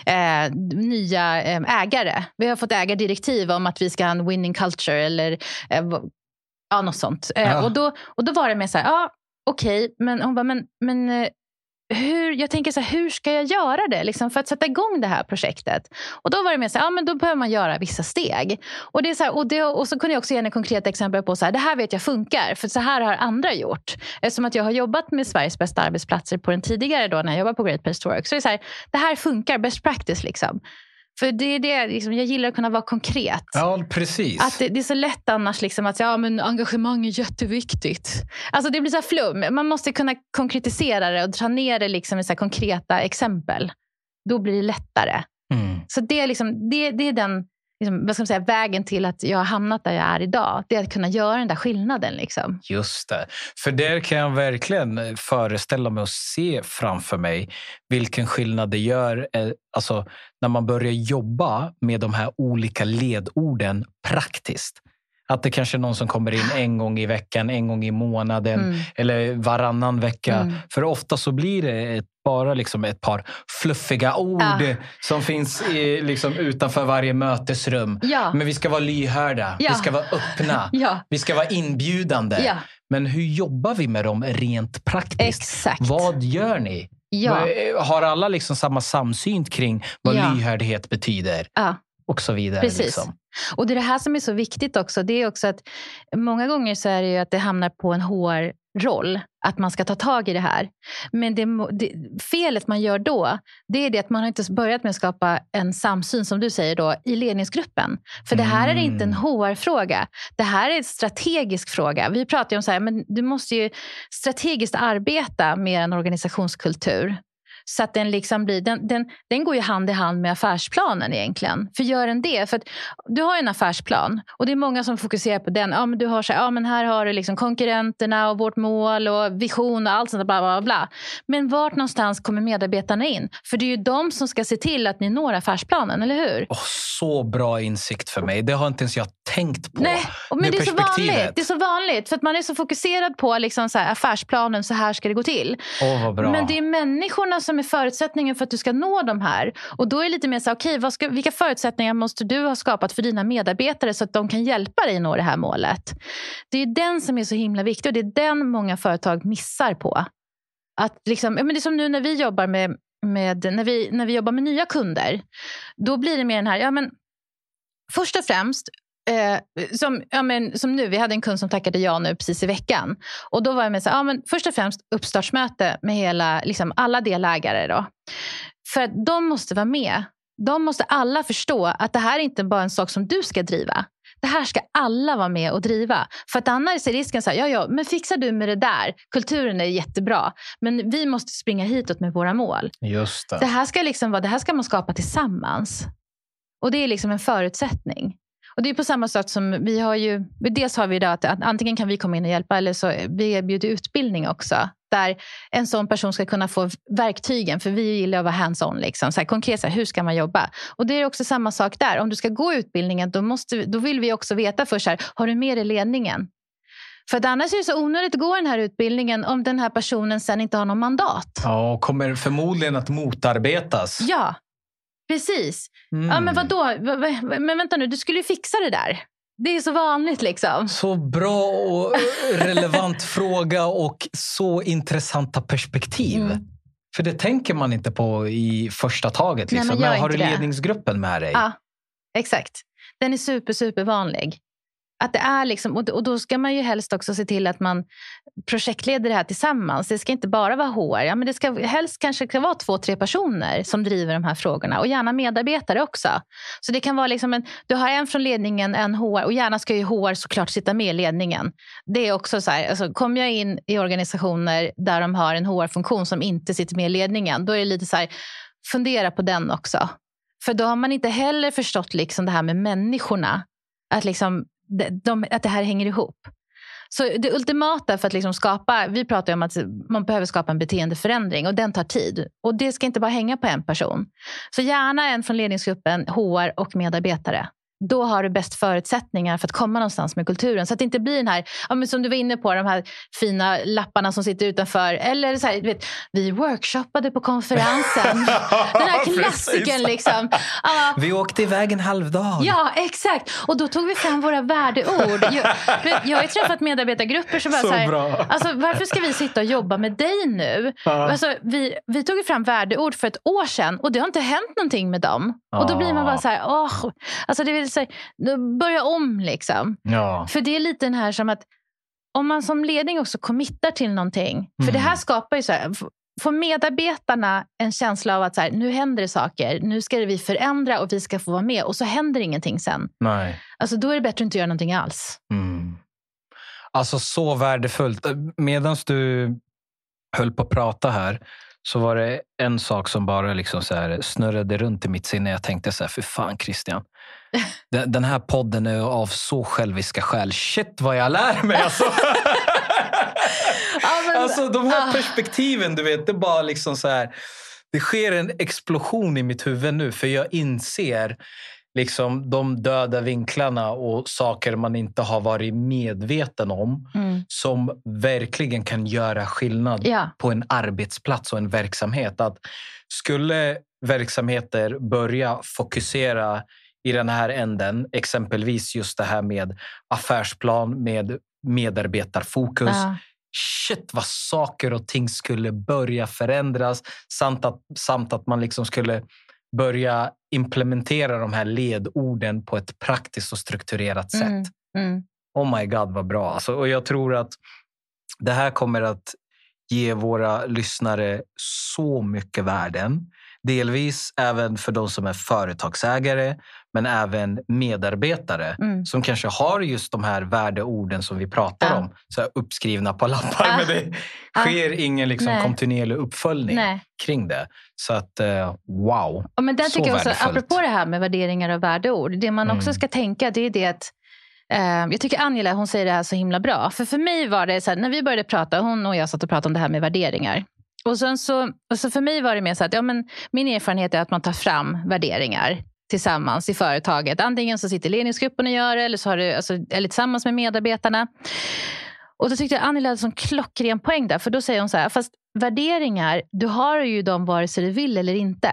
nya ägare, vi har fått ägardirektiv om att vi ska ha en winning culture eller något sånt. Och då var det med så här, okej, men hon bara, men jag tänker så här, hur ska jag göra det liksom, för att sätta igång det här projektet? Och då var det med så här, men då behöver man göra vissa steg. Och det är så här, och så kunde jag också ge en konkret exempel på så här, det här vet jag funkar, för så här har andra gjort. Eftersom att jag har jobbat med Sveriges bästa arbetsplatser på den tidigare då, när jag jobbade på Great Place to Work. Så det är så här, det här funkar, best practice liksom. För det är det liksom, jag gillar att kunna vara konkret. Ja, precis. Att det är så lätt annars liksom att men engagemang är jätteviktigt. Alltså det blir så här flum. Man måste kunna konkretisera det och dra ner det liksom i så här konkreta exempel. Då blir det lättare. Så det är liksom, det är den liksom, vad ska man säga, vägen till att jag har hamnat där jag är idag. Det är att kunna göra den där skillnaden liksom. Just det. För där kan jag verkligen föreställa mig och se framför mig vilken skillnad det gör, alltså när man börjar jobba med de här olika ledorden praktiskt. Att det kanske är någon som kommer in 1 gång i veckan, 1 gång i månaden eller varannan vecka. För ofta så blir det bara liksom ett par fluffiga ord som finns liksom utanför varje mötesrum. Ja. Men vi ska vara lyhörda, vi ska vara öppna, vi ska vara inbjudande. Ja. Men hur jobbar vi med dem rent praktiskt? Exakt. Vad gör ni? Ja. Har alla liksom samma samsyn kring vad lyhördhet betyder? Ja. och så vidare. Precis. Liksom. Och det är det här som är så viktigt också. Det är också att många gånger så är det ju att det hamnar på en HR-roll. Att man ska ta tag i det här. Men felet man gör då, det är det att man har inte börjat med att skapa en samsyn, som du säger då, i ledningsgruppen. För det här är inte en HR-fråga. Det här är en strategisk fråga. Vi pratar ju om så här, men du måste ju strategiskt arbeta med en organisationskultur. Så att den liksom blir, den går ju hand i hand med affärsplanen egentligen. För gör den det? För att du har en affärsplan och det är många som fokuserar på den. Ja, men du har så här, ja men här har du liksom konkurrenterna och vårt mål och vision och allt sånt där, bla bla bla. Men vart någonstans kommer medarbetarna in? För det är ju de som ska se till att ni når affärsplanen, eller hur? Så bra insikt för mig. Det har inte ens jag tänkt på. Nej, men det är så vanligt. Det är så vanligt för att man är så fokuserad på liksom så här, affärsplanen, så här ska det gå till. Vad bra. Men det är människorna som är förutsättningen för att du ska nå de här. Och då är det lite mer så här, okej, vilka förutsättningar måste du ha skapat för dina medarbetare så att de kan hjälpa dig nå det här målet? Det är den som är så himla viktig och det är den många företag missar på. Att liksom, men det är som nu när vi jobbar när vi jobbar med nya kunder. Då blir det mer den här, ja men först och främst som nu, vi hade en kund som tackade ja nu precis i veckan. Och då var jag med så här, ja men först och främst uppstartsmöte med hela, liksom alla delägare då. För att de måste vara med. De måste alla förstå att det här är inte bara en sak som du ska driva. Det här ska alla vara med och driva. För att annars är risken så här, ja, men fixar du med det där? Kulturen är jättebra. Men vi måste springa hitåt med våra mål. Just det. Det här ska liksom det här ska man skapa tillsammans. Och det är liksom en förutsättning. Och det är på samma sätt som vi har ju, dels har vi idag att antingen kan vi komma in och hjälpa eller så vi erbjuder utbildning också. Där en sån person ska kunna få verktygen, för vi gillar att vara hands-on liksom. Så här, konkret, så här, hur ska man jobba? Och det är också samma sak där. Om du ska gå utbildningen, då vill vi också veta först här, har du med dig ledningen? För att annars är det så onödigt att gå den här utbildningen om den här personen sen inte har någon mandat. Ja, och kommer förmodligen att motarbetas. Ja. Precis. Ja, men vadå? Men vänta nu, du skulle ju fixa det där. Det är så vanligt liksom. Så bra och relevant fråga och så intressanta perspektiv. För det tänker man inte på i första taget. Liksom. Nej, men har du ledningsgruppen med dig? Ja, exakt. Den är super vanlig. Att det är liksom, och då ska man ju helst också se till att man projektleder det här tillsammans. Det ska inte bara vara HR. Ja, men det ska helst kanske vara 2-3 personer som driver de här frågorna. Och gärna medarbetare också. Så det kan vara liksom du har en från ledningen, en HR. Och gärna ska ju HR såklart sitta med i ledningen. Det är också så här, alltså, kommer jag in i organisationer där de har en HR-funktion som inte sitter med i ledningen. Då är det lite så här, fundera på den också. För då har man inte heller förstått liksom det här med människorna. Att liksom att det här hänger ihop. Så det ultimata för att liksom skapa, vi pratar ju om att man behöver skapa en beteendeförändring och den tar tid. Och det ska inte bara hänga på en person. Så gärna en från ledningsgruppen, HR och medarbetare. Då har du bäst förutsättningar för att komma någonstans med kulturen. Så att det inte blir den här, ja, men som du var inne på, de här fina lapparna som sitter utanför. Eller så här, du vet, vi workshoppade på konferensen. Den här klassikern liksom. Vi åkte iväg en halvdag. Ja, exakt. Och då tog vi fram våra värdeord. Jag har ju träffat medarbetargrupper som bara så här, bra. Alltså, varför ska vi sitta och jobba med dig nu? Alltså, vi tog ju fram värdeord för ett år sedan och det har inte hänt någonting med dem. Och då blir man bara så här, alltså det vill säga, börja om liksom. Ja. För det är lite den här som att om man som ledning också committar till någonting. För det här skapar ju så här, får medarbetarna en känsla av att så här, nu händer det saker. Nu ska vi förändra och vi ska få vara med. Och så händer ingenting sen. Nej. Alltså då är det bättre att inte göra någonting alls. Alltså så värdefullt. Medan du höll på att prata här så var det en sak som bara liksom så här snurrade runt i mitt sinne. Jag tänkte så här, för fan Christian. Den här podden är av så själviska skäl. Shit vad jag lär mig alltså. Alltså de här perspektiven, du vet, det är bara liksom så här. Det sker en explosion i mitt huvud nu. För jag inser liksom de döda vinklarna och saker man inte har varit medveten om. Som verkligen kan göra skillnad på en arbetsplats och en verksamhet. Att skulle verksamheter börja fokusera i den här änden, exempelvis just det här med affärsplan, med medarbetarfokus. Shit vad saker och ting skulle börja förändras samt att man liksom skulle börja implementera de här ledorden på ett praktiskt och strukturerat sätt. Oh my god, vad bra. Alltså, och jag tror att det här kommer att ge våra lyssnare så mycket värden. Delvis även för de som är företagsägare, men även medarbetare som kanske har just de här värdeorden som vi pratar om, så här uppskrivna på lappar, men det sker ingen liksom kontinuerlig uppföljning kring det. Så att wow. Ja, men den så tycker jag också, värdefullt. apropå det här med värderingar och värdeord, det man också ska tänka, det är det att jag tycker Angela, hon säger det här så himla bra. För mig var det så här, när vi började prata, hon och jag satt och pratade om det här med värderingar. Och så för mig var det mer så att min erfarenhet är att man tar fram värderingar tillsammans i företaget. Antingen så sitter ledningsgruppen och gör det, eller så har du, eller tillsammans med medarbetarna. Och då tyckte jag Angela hade en klockren poäng där. För då säger hon så här, fast värderingar, du har ju dem vare sig du vill eller inte.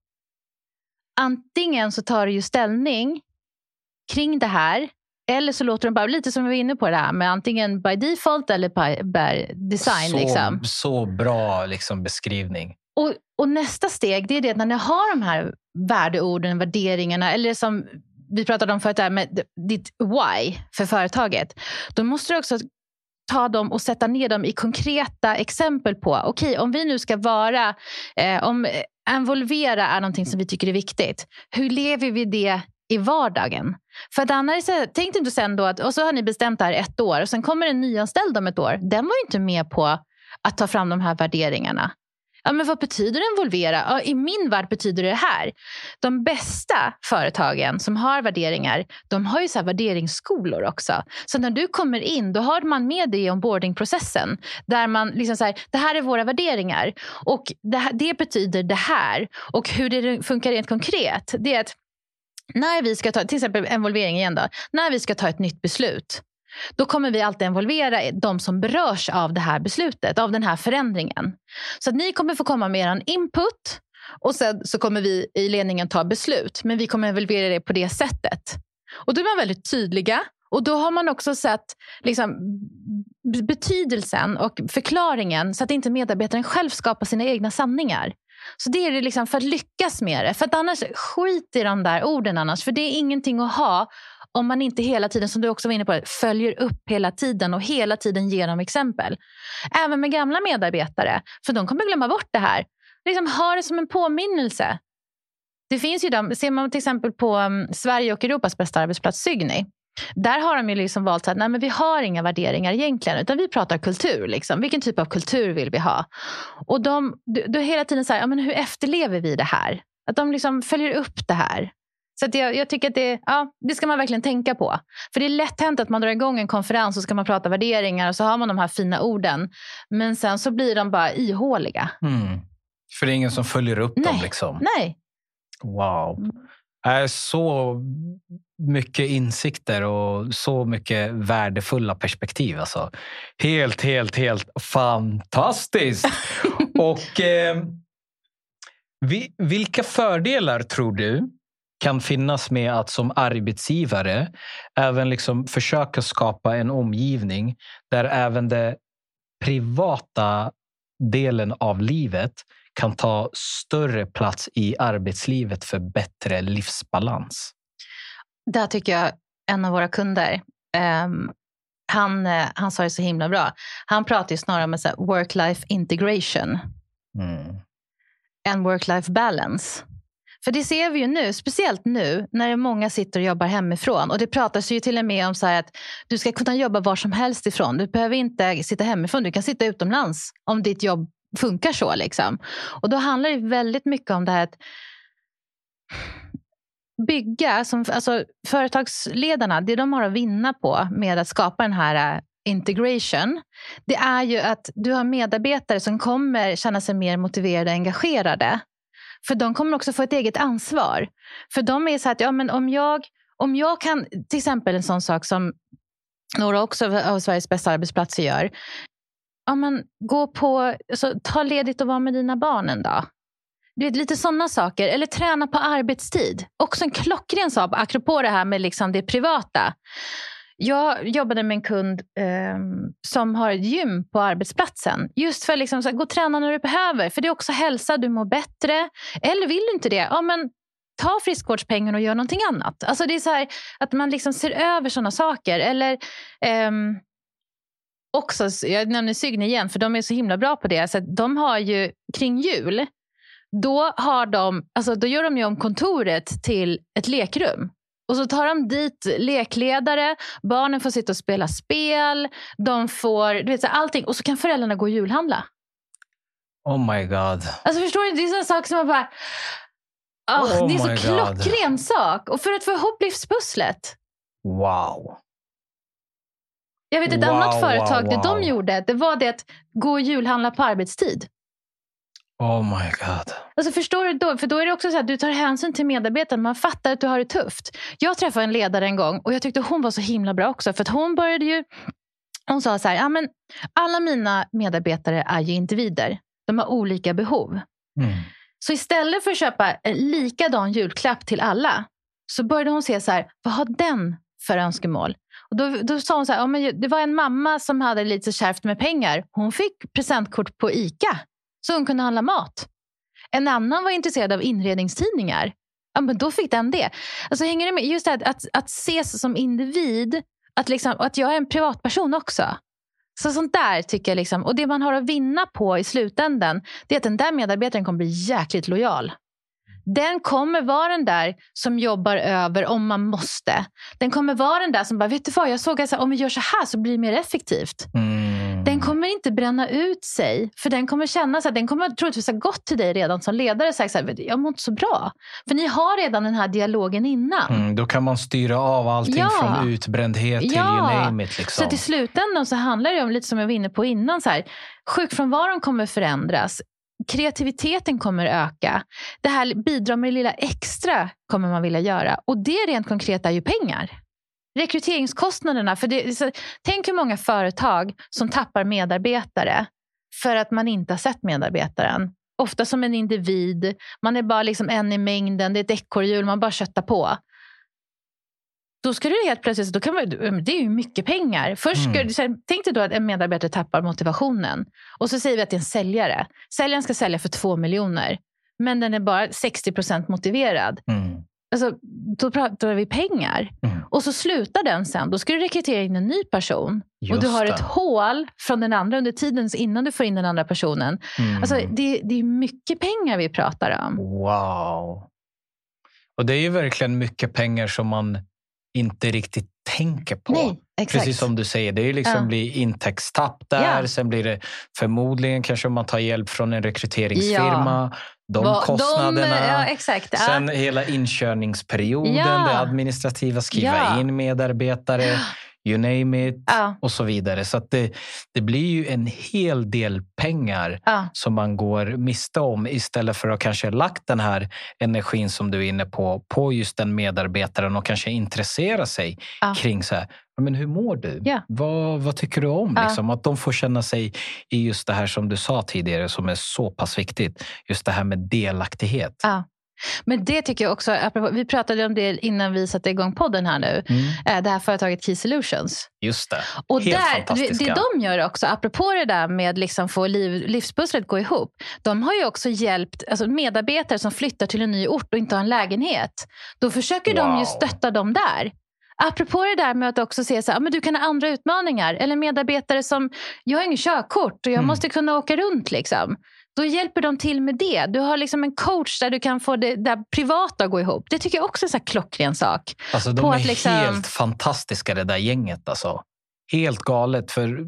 Antingen så tar du ju ställning kring det här, eller så låter de bara lite som vi var inne på det här, med antingen by default eller by design. Så bra liksom beskrivning. Och nästa steg, det är det att när ni har de här värdeorden, värderingarna, eller som vi pratade om förut där med ditt why för företaget, då måste du också ta dem och sätta ner dem i konkreta exempel på, okej, om vi nu ska vara, om involvera är någonting som vi tycker är viktigt, hur lever vi det i vardagen? För att annars, tänk inte sen då att, och så har ni bestämt det här 1 år och sen kommer en nyanställd om 1 år. Den var ju inte med på att ta fram de här värderingarna. Ja, men vad betyder involvera? Ja, i min värld betyder det här. De bästa företagen som har värderingar, de har ju så här värderingsskolor också. Så när du kommer in, då har man med dig i onboardingprocessen. Där man liksom säger, det här är våra värderingar. Och det betyder det här. Och hur det funkar rent konkret, det är att när vi ska ta, till exempel involvering igen då, när vi ska ta ett nytt beslut, då kommer vi alltid involvera de som berörs av det här beslutet, av den här förändringen. Så att ni kommer få komma med en input och sen så kommer vi i ledningen ta beslut, men vi kommer involvera det på det sättet. Och då är man väldigt tydliga, och då har man också sett liksom betydelsen och förklaringen så att inte medarbetaren själv skapar sina egna sanningar. Så det är det liksom för att lyckas med det. För att annars skit i de där orden annars. För det är ingenting att ha om man inte hela tiden, som du också var inne på, följer upp hela tiden och hela tiden ger dem exempel. Även med gamla medarbetare. För de kommer glömma bort det här. Liksom ha det som en påminnelse. Det finns ju ser man till exempel på Sverige och Europas bästa arbetsplats, Sygny. Där har de ju liksom valt att nej, men vi har inga värderingar egentligen, utan vi pratar kultur. Liksom. Vilken typ av kultur vill vi ha? Och du hela tiden säger, ja, men hur efterlever vi det här? Att de liksom följer upp det här. Så att jag tycker att det ska man verkligen tänka på. För det är lätt hänt att man drar igång en konferens och ska man prata värderingar och så har man de här fina orden. Men sen så blir de bara ihåliga. För det är ingen som följer upp dem liksom. Nej. Wow. Så mycket insikter och så mycket värdefulla perspektiv. Alltså. Helt fantastiskt. Och vilka fördelar tror du kan finnas med att som arbetsgivare även liksom försöka skapa en omgivning där även det privata delen av livet kan ta större plats i arbetslivet för bättre livsbalans? Där tycker jag en av våra kunder, han sa det så himla bra. Han pratar ju snarare om work-life integration än work-life balance. För det ser vi ju nu, speciellt nu när många sitter och jobbar hemifrån. Och det pratas ju till och med om så här att du ska kunna jobba var som helst ifrån. Du behöver inte sitta hemifrån, du kan sitta utomlands om ditt jobb funkar så liksom. Och då handlar det väldigt mycket om det här att bygga, alltså företagsledarna, det de har att vinna på med att skapa den här integration, det är ju att du har medarbetare som kommer känna sig mer motiverade och engagerade. För de kommer också få ett eget ansvar. För de är så att, ja men om jag kan, till exempel en sån sak som några också av Sveriges bästa arbetsplatser gör. Ja men ta ledigt och vara med dina barn en dag. Du vet, lite sådana saker. Eller träna på arbetstid. Också en klockren sak, apropå det här med liksom det privata. Jag jobbade med en kund som har ett gym på arbetsplatsen. Just för liksom, så här, gå och träna när du behöver. För det är också hälsa, du mår bättre. Eller vill du inte det? Ja, men ta friskvårdspengen och gör någonting annat. Alltså det är så här att man liksom ser över sådana saker. Eller också, jag nämner Sygne igen, för de är så himla bra på det. Så att de har ju kring jul, då gör de ju om kontoret till ett lekrum. Och så tar de dit lekledare, barnen får sitta och spela spel, de får, du vet, så allting. Och så kan föräldrarna gå och julhandla. Oh my god. Alltså förstår du, det är sån sak som man bara... det är så klockren sak. Och för att få ihop livspusslet. Wow. Jag vet ett annat företag, det de gjorde, det var det att gå och julhandla på arbetstid. Oh my god. Alltså förstår du då? För då är det också så att du tar hänsyn till medarbetaren. Man fattar att du har det tufft. Jag träffade en ledare en gång och jag tyckte hon var så himla bra också. För att hon sa så här, ja men alla mina medarbetare är ju individer. De har olika behov. Mm. Så istället för att köpa en likadan julklapp till alla, så började hon se så här, vad har den för önskemål? Och då sa hon så här, ja, men det var en mamma som hade lite kärvt med pengar. Hon fick presentkort på ICA. Så hon kunde handla mat. En annan var intresserad av inredningstidningar. Ja, men då fick den det. Alltså hänger det med? Just det att ses som individ. Att jag är en privatperson också. Så sånt där tycker jag liksom. Och det man har att vinna på i slutändan, det är att den där medarbetaren kommer bli jäkligt lojal. Den kommer vara den där som jobbar över om man måste. Den kommer vara den där som bara, vet du vad, jag såg att om vi gör så här så blir det mer effektivt. Den kommer inte bränna ut sig. För den kommer känna så här, den kommer troligtvis ha gått till dig redan som ledare och sagt så här, jag mår inte så bra. För ni har redan den här dialogen innan. Då kan man styra av allting från utbrändhet till you name it. Liksom. Så till slutändan så handlar det om, lite som jag var inne på innan, så här, sjukfrånvaron kommer förändras. Kreativiteten kommer öka. Det här bidrar med det lilla extra kommer man vilja göra. Och det rent konkret är ju pengar. Rekryteringskostnaderna. Tänk hur många företag som tappar medarbetare för att man inte har sett medarbetaren. Ofta som en individ. Man är bara liksom en i mängden. Det är ett ekorrhjul, man bara köttar på. Då ska du helt plötsligt, det är ju mycket pengar. Tänk dig då att en medarbetare tappar motivationen. Och så säger vi att det är en säljare. Säljaren ska sälja för 2 miljoner. Men den är bara 60% motiverad. Alltså, då pratar vi pengar. Och så slutar den sen. Då ska du rekrytera in en ny person. Just och du har ett hål från den andra under tiden innan du får in den andra personen. Alltså, det är mycket pengar vi pratar om. Wow. Och det är ju verkligen mycket pengar som man inte riktigt tänker på. Nej, exakt. Precis som du säger, det är ju liksom blir intäktstapp där. Sen blir det förmodligen kanske om man tar hjälp från en rekryteringsfirma. Kostnaderna. Exakt. Sen hela inkörningsperioden. Det administrativa, skriva in medarbetare. You name it. Och så vidare. Så att det blir ju en hel del pengar som man går miste om. Istället för att kanske lagt den här energin som du är inne på just den medarbetaren. Och kanske intressera sig kring så här. Men hur mår du? Vad tycker du om? Liksom? Att de får känna sig i just det här som du sa tidigare som är så pass viktigt. Just det här med delaktighet. Men det tycker jag också, vi pratade om det innan vi satte igång podden här nu. Det här företaget Key Solutions. Just det. Och helt fantastiska. Det de gör också, apropå det där med liksom få livspusslet gå ihop. De har ju också hjälpt medarbetare som flyttar till en ny ort och inte har en lägenhet. Då försöker de ju stötta dem där. Apropå det där med att också se så här, men du kan ha andra utmaningar. Eller medarbetare som, jag har ingen körkort och jag måste kunna åka runt liksom. Då hjälper de till med det. Du har liksom en coach där du kan få det där privata att gå ihop. Det tycker jag också är en så här klockren sak. Alltså de är helt fantastiska det där gänget alltså. Helt galet för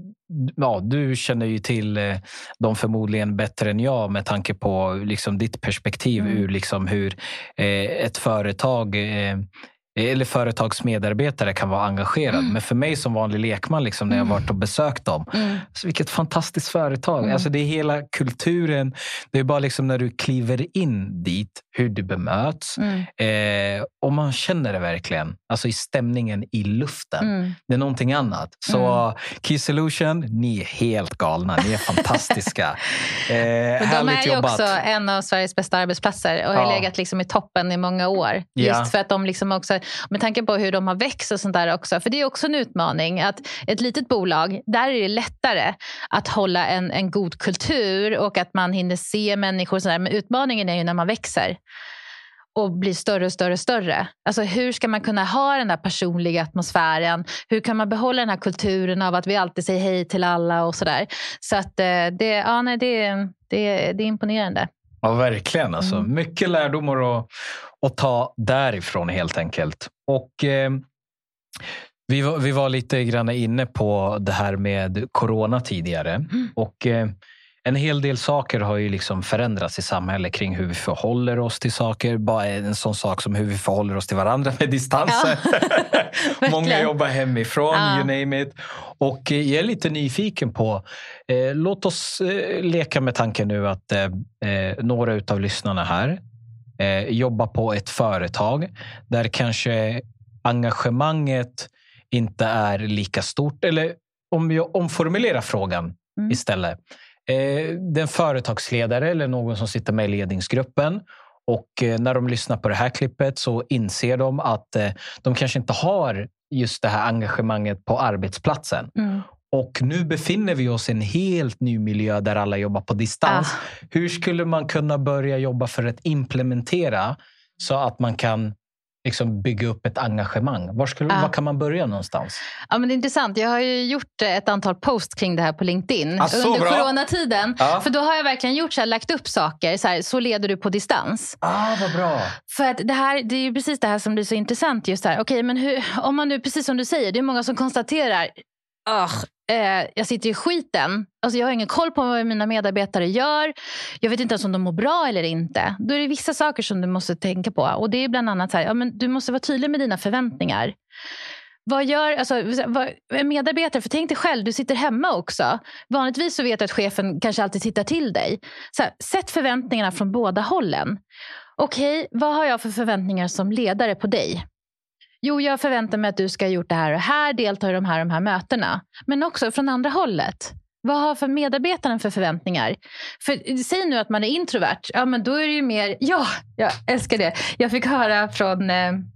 du känner ju till dem förmodligen bättre än jag med tanke på liksom ditt perspektiv ur liksom hur ett företag eller företagsmedarbetare kan vara engagerad. Men för mig som vanlig lekman liksom, när jag varit och besökt dem. Så vilket fantastiskt företag. Alltså det är hela kulturen. Det är bara liksom när du kliver in dit hur du bemöts. Och man känner det verkligen. Alltså i stämningen i luften. Det är någonting annat. Så Key Solution, ni är helt galna. Ni är fantastiska. De är ju också en av Sveriges bästa arbetsplatser. Och har legat liksom i toppen i många år. Just för att de liksom också, med tanke på hur de har växt och sånt där också. För det är också en utmaning. Att ett litet bolag, där är det lättare att hålla en god kultur. Och att man hinner se människor och sådär. Men utmaningen är ju när man växer. Och blir större och större och större. Alltså hur ska man kunna ha den där personliga atmosfären? Hur kan man behålla den här kulturen av att vi alltid säger hej till alla och sådär. Så att det är imponerande. Ja, verkligen. Alltså. Mycket lärdomar att ta därifrån helt enkelt. Och vi var lite grann inne på det här med corona tidigare. Och en hel del saker har ju liksom förändrats i samhället kring hur vi förhåller oss till saker. Bara en sån sak som hur vi förhåller oss till varandra med distanser. Ja, många jobbar hemifrån, you name it. Och jag är lite nyfiken på, låt oss leka med tanken nu att några utav lyssnarna här jobbar på ett företag där kanske engagemanget inte är lika stort. Eller om jag omformulerar frågan istället. Den företagsledare eller någon som sitter med i ledningsgruppen, och när de lyssnar på det här klippet så inser de att de kanske inte har just det här engagemanget på arbetsplatsen. Och nu befinner vi oss i en helt ny miljö där alla jobbar på distans. Hur skulle man kunna börja jobba för att implementera så att man kan liksom bygga upp ett engagemang? Var kan man börja någonstans? Ja, men det är intressant. Jag har ju gjort ett antal posts kring det här på LinkedIn under coronatiden. För då har jag verkligen gjort så här, lagt upp saker. Så leder du på distans. Vad bra. För att det är ju precis det här som blir så intressant just här. Okej, men om man nu, precis som du säger, det är många som konstaterar jag sitter i skiten. Alltså jag har ingen koll på vad mina medarbetare gör. Jag vet inte ens om de mår bra eller inte. Då är det vissa saker som du måste tänka på. Och det är bland annat så här, men du måste vara tydlig med dina förväntningar. Vad gör medarbetare? För tänk dig själv, du sitter hemma också. Vanligtvis så vet du att chefen kanske alltid tittar till dig. Så här, sätt förväntningarna från båda hållen. Okej, vad har jag för förväntningar som ledare på dig? Jo, jag förväntar mig att du ska ha gjort det här och här, delta i de här mötena. Men också från andra hållet. Vad har för medarbetaren för förväntningar? För säg nu att man är introvert. Ja, men då är det ju mer... Ja, jag älskar det. Jag fick höra från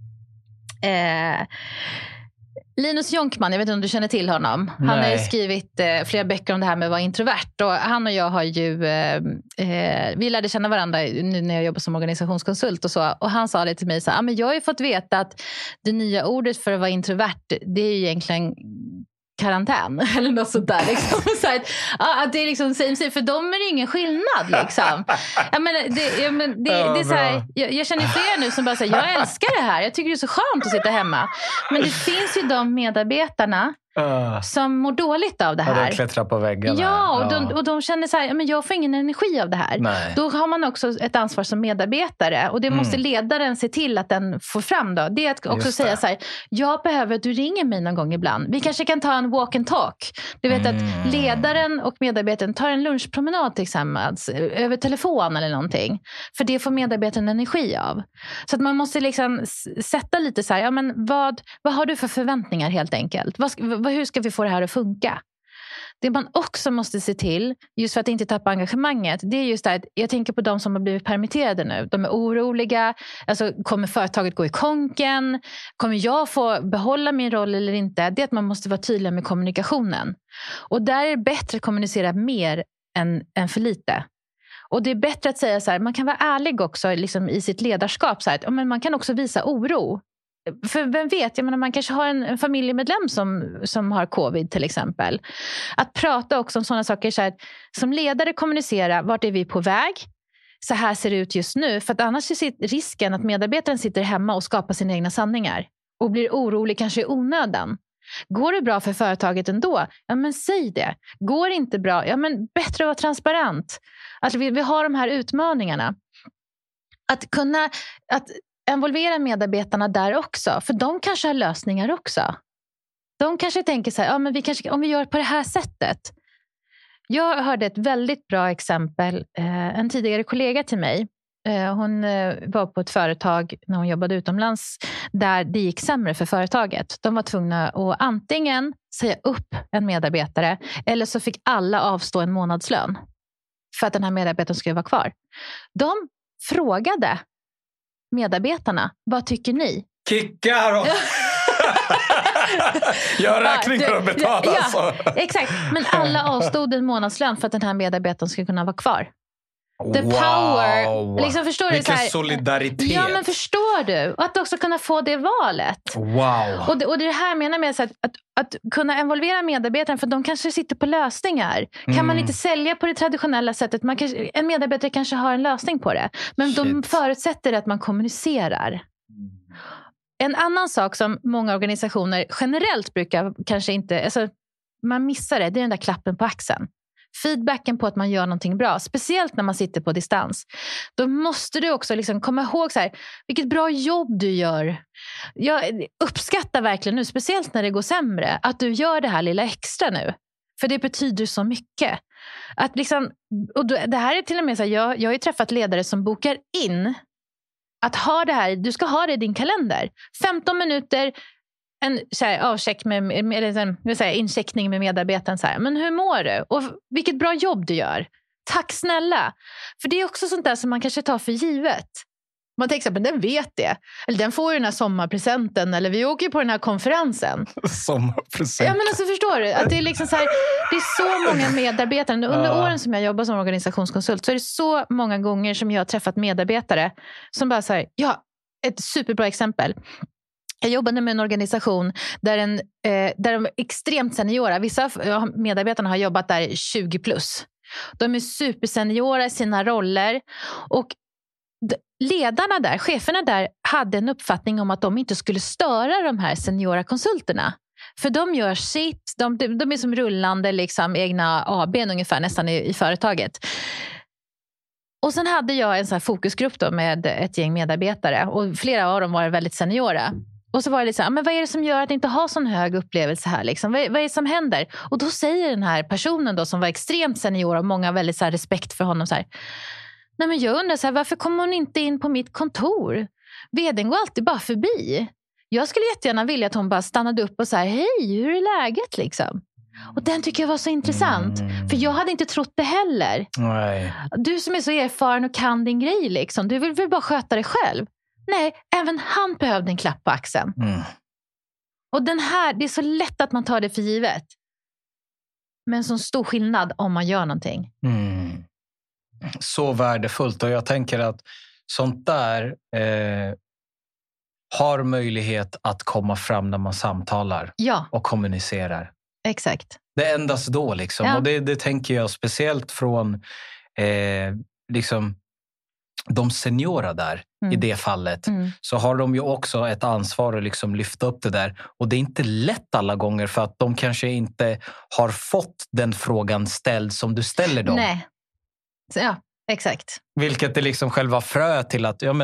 Linus Jonkman, jag vet inte om du känner till honom. Han har ju skrivit flera böcker om det här med att vara introvert. Och han och jag har ju... vi lärde känna varandra nu när jag jobbar som organisationskonsult och så. Och han sa det till mig så här, men jag har ju fått veta att det nya ordet för att vara introvert, det är ju egentligen karantän eller något sånt där liksom. Så att det är liksom för dem är det ingen skillnad liksom. Det är så här, jag känner flera nu som bara säger jag älskar det här, jag tycker det är så skönt att sitta hemma, men det finns ju de medarbetarna som mår dåligt av det här. Ja, de klättrar på väggarna. Ja, och de känner så här, men jag får ingen energi av det här. Nej. Då har man också ett ansvar som medarbetare. Och det måste ledaren se till att den får fram då. Det är att också säga så här, jag behöver att du ringer mig någon gång ibland. Vi kanske kan ta en walk and talk. Du vet att ledaren och medarbetaren tar en lunchpromenad tillsammans över telefon eller någonting. För det får medarbetaren energi av. Så att man måste liksom sätta lite så här, ja, men vad har du för förväntningar helt enkelt? Hur ska vi få det här att funka? Det man också måste se till, just för att inte tappa engagemanget, det är just det att jag tänker på de som har blivit permitterade nu. De är oroliga. Alltså, kommer företaget gå i konken? Kommer jag få behålla min roll eller inte? Det är att man måste vara tydlig med kommunikationen. Och där är det bättre att kommunicera mer än för lite. Och det är bättre att säga så här, man kan vara ärlig också liksom, i sitt ledarskap. Så här, men man kan också visa oro. För vem vet, jag menar, man kanske har en familjemedlem som har covid till exempel. Att prata också om sådana saker så här, som ledare kommunicera, vart är vi på väg? Så här ser det ut just nu. För att annars är risken att medarbetaren sitter hemma och skapar sina egna sanningar. Och blir orolig kanske i onödan. Går det bra för företaget ändå? Ja, men säg det. Går det inte bra? Ja, men bättre att vara transparent. Alltså vi har de här utmaningarna. Att involvera medarbetarna där också. För de kanske har lösningar också. De kanske tänker så här, ja, men om vi gör på det här sättet. Jag hörde ett väldigt bra exempel. En tidigare kollega till mig Hon var på ett företag när hon jobbade utomlands där det gick sämre för företaget. De var tvungna att antingen säga upp en medarbetare eller så fick alla avstå en månadslön för att den här medarbetaren skulle vara kvar. De frågade medarbetarna, vad tycker ni? Kicka då! Gör räkningar och betala. Ja, exakt. Men alla avstod en månadslön för att den här medarbetaren skulle kunna vara kvar. The power. Liksom, förstår Vilken du, så här, solidaritet. Ja, men förstår du? Och att också kunna få det valet. Wow. Och det här menar med så att kunna involvera medarbetaren, för de kanske sitter på lösningar. Kan man inte sälja på det traditionella sättet? En medarbetare kanske har en lösning på det. Men de förutsätter att man kommunicerar. En annan sak som många organisationer generellt brukar kanske inte... Alltså, man missar det är den där klappen på axeln. Feedbacken på att man gör någonting bra. Speciellt när man sitter på distans. Då måste du också liksom komma ihåg så här, vilket bra jobb du gör. Jag uppskattar verkligen nu, speciellt när det går sämre, att du gör det här lilla extra nu. För det betyder så mycket. Att liksom, och det här är till och med så här, jag har ju träffat ledare som bokar in att ha det här, du ska ha det i din kalender. 15 minuter, en så här, avcheck incheckning med medarbetaren. Så här. Men hur mår du? Och vilket bra jobb du gör. Tack snälla. För det är också sånt där som man kanske tar för givet. Man tänker så här, den vet det. Eller den får ju den här sommarpresenten. Eller vi åker på den här konferensen. Sommarpresent. Ja, men alltså förstår du? Att det är liksom så här, det är så många medarbetare. Under åren som jag jobbar som organisationskonsult så är det så många gånger som jag har träffat medarbetare som bara säger, ja, ett superbra exempel. Jag jobbade med en organisation där de är extremt seniora. Vissa av medarbetarna har jobbat där 20 plus. De är superseniora i sina roller. Och ledarna där, cheferna där, hade en uppfattning om att de inte skulle störa de här seniora konsulterna. För de gör sitt, de är som rullande liksom, egna AB:n ungefär nästan i företaget. Och sen hade jag en sån här fokusgrupp då med ett gäng medarbetare. Och flera av dem var väldigt seniora. Och så var det lite så här, men vad är det som gör att inte ha sån hög upplevelse här? Liksom? Vad är det som händer? Och då säger den här personen då, som var extremt senior och många har väldigt så här respekt för honom så här, nej men jag undrar så här, varför kommer hon inte in på mitt kontor? Vdn går alltid bara förbi. Jag skulle jättegärna vilja att hon bara stannade upp och sa, hej, hur är läget liksom? Och den tycker jag var så intressant. För jag hade inte trott det heller. Nej. Du som är så erfaren och kan din grej liksom, du vill väl bara sköta dig själv? Nej, även han behövde en klapp på axeln. Och den här, det är så lätt att man tar det för givet. Men så stor skillnad om man gör någonting. Så värdefullt. Och jag tänker att sånt där har möjlighet att komma fram när man samtalar och kommunicerar. Exakt. Det är endast då liksom. Ja. Och det tänker jag speciellt från liksom de seniora där i det fallet, så har de ju också ett ansvar att liksom lyfta upp det där. Och det är inte lätt alla gånger för att de kanske inte har fått den frågan ställd som du ställer dem. Nej. Ja, exakt. Vilket är liksom själva frö till att, det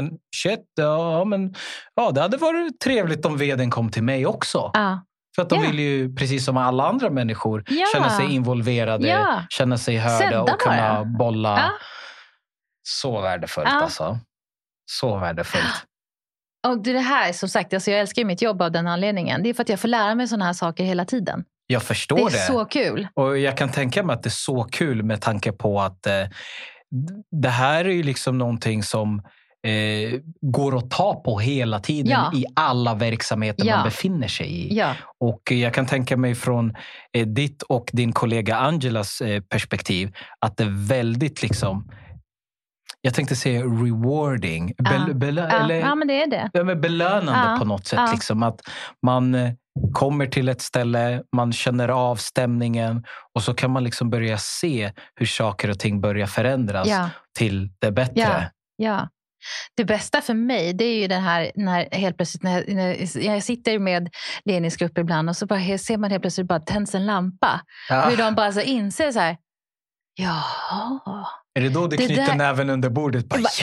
hade varit trevligt om vdn kom till mig också. För att de vill ju, precis som alla andra människor, känna sig involverade, känna sig hörda och kunna bolla. Så värdefullt alltså. Så värdefullt. Och det här, som sagt, alltså jag älskar ju mitt jobb av den anledningen. Det är för att jag får lära mig sådana här saker hela tiden. Jag förstår det. Det är så kul. Och jag kan tänka mig att det är så kul med tanke på att det här är ju liksom någonting som går att ta på hela tiden i alla verksamheter man befinner sig i. Ja. Och jag kan tänka mig från ditt och din kollega Angelas perspektiv att det är väldigt liksom, jag tänkte säga rewarding. Men det är det. Belönande på något sätt. Liksom, att man kommer till ett ställe, man känner av stämningen och så kan man liksom börja se hur saker och ting börjar förändras till det bättre. Ja. Det bästa för mig, det är ju den här när helt plötsligt när jag sitter med ledningsgrupper ibland och så bara ser man helt plötsligt bara tänds en lampa. Hur de bara så inser så här, är det då du knyter näven under bordet? Bara, yes!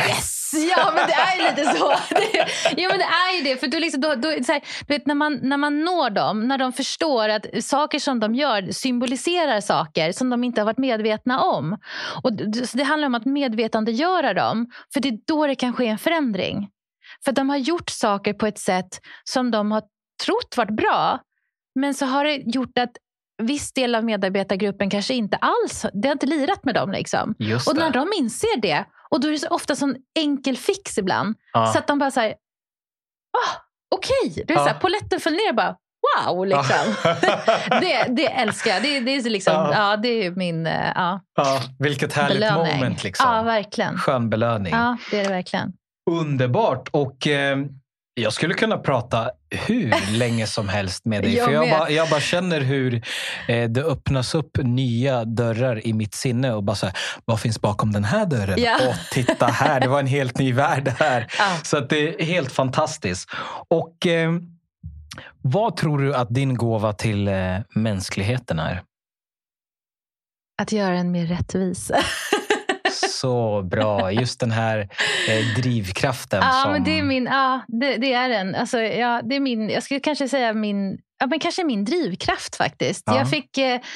Ja, men det är lite så. Ja, men det är ju det. För du liksom, så här, du vet, när man når dem, när de förstår att saker som de gör symboliserar saker som de inte har varit medvetna om. Och så det handlar om att medvetandegöra dem. För det är då det kan ske en förändring. För de har gjort saker på ett sätt som de har trott varit bra. Men så har det gjort att viss del av medarbetargruppen kanske inte alls, det har inte lirat med dem liksom. Och när de inser det, och då är det så ofta sån enkel fix ibland, så att de bara säger okej, det är så här, poletten föll ner bara, wow liksom. det älskar jag. Det är så liksom, det är min vilket härligt belöning. Moment liksom. Ja, verkligen. Skön belöning. Ja, det är det verkligen. Underbart, och jag skulle kunna prata hur länge som helst med dig. För jag bara känner hur det öppnas upp nya dörrar i mitt sinne. Och bara så här, vad finns bakom den här dörren? Och titta här, det var en helt ny värld här. Så att det är helt fantastiskt. Och vad tror du att din gåva till mänskligheten är? Att göra en mer rättvis. Så bra, just den här drivkraften. Som... men det är min, det är den. Alltså, det är min, jag skulle kanske säga kanske min drivkraft faktiskt. Jag fick,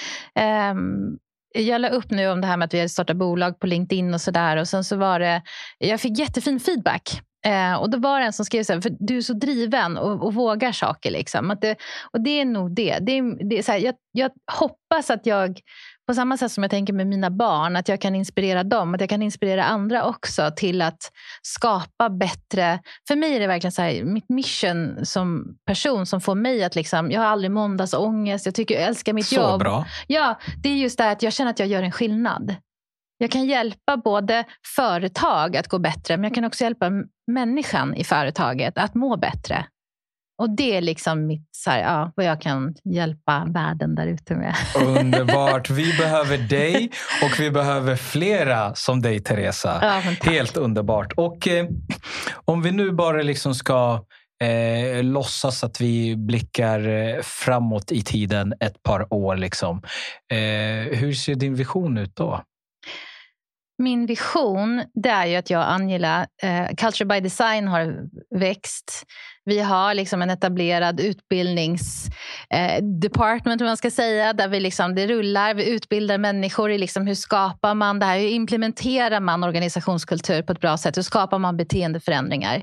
jag la upp nu om det här med att vi hade startat bolag på LinkedIn och sådär. Och sen så var det, jag fick jättefin feedback. Och då var det en som skrev så här, för du är så driven och vågar saker liksom. Och det är nog det. Det är så här, jag hoppas att jag, på samma sätt som jag tänker med mina barn, att jag kan inspirera dem, att jag kan inspirera andra också till att skapa bättre. För mig är det verkligen så här, mitt mission som person som får mig att liksom, jag har aldrig måndagsångest, jag älskar mitt jobb. Så bra. Ja, det är just det att jag känner att jag gör en skillnad. Jag kan hjälpa både företag att gå bättre, men jag kan också hjälpa människan i företaget att må bättre. Och det är liksom mitt, så här, vad jag kan hjälpa världen där ute med. Underbart. Vi behöver dig och vi behöver flera som dig, Teresa. Helt underbart. Och om vi nu bara liksom ska låtsas att vi blickar framåt i tiden ett par år. Liksom. Hur ser din vision ut då? Min vision, det är ju att jag och Angela, Culture by Design har växt. Vi har liksom en etablerad utbildningsdepartment, om man ska säga, där vi liksom, det rullar, vi utbildar människor i liksom hur skapar man det här, hur implementerar man organisationskultur på ett bra sätt, hur skapar man beteendeförändringar.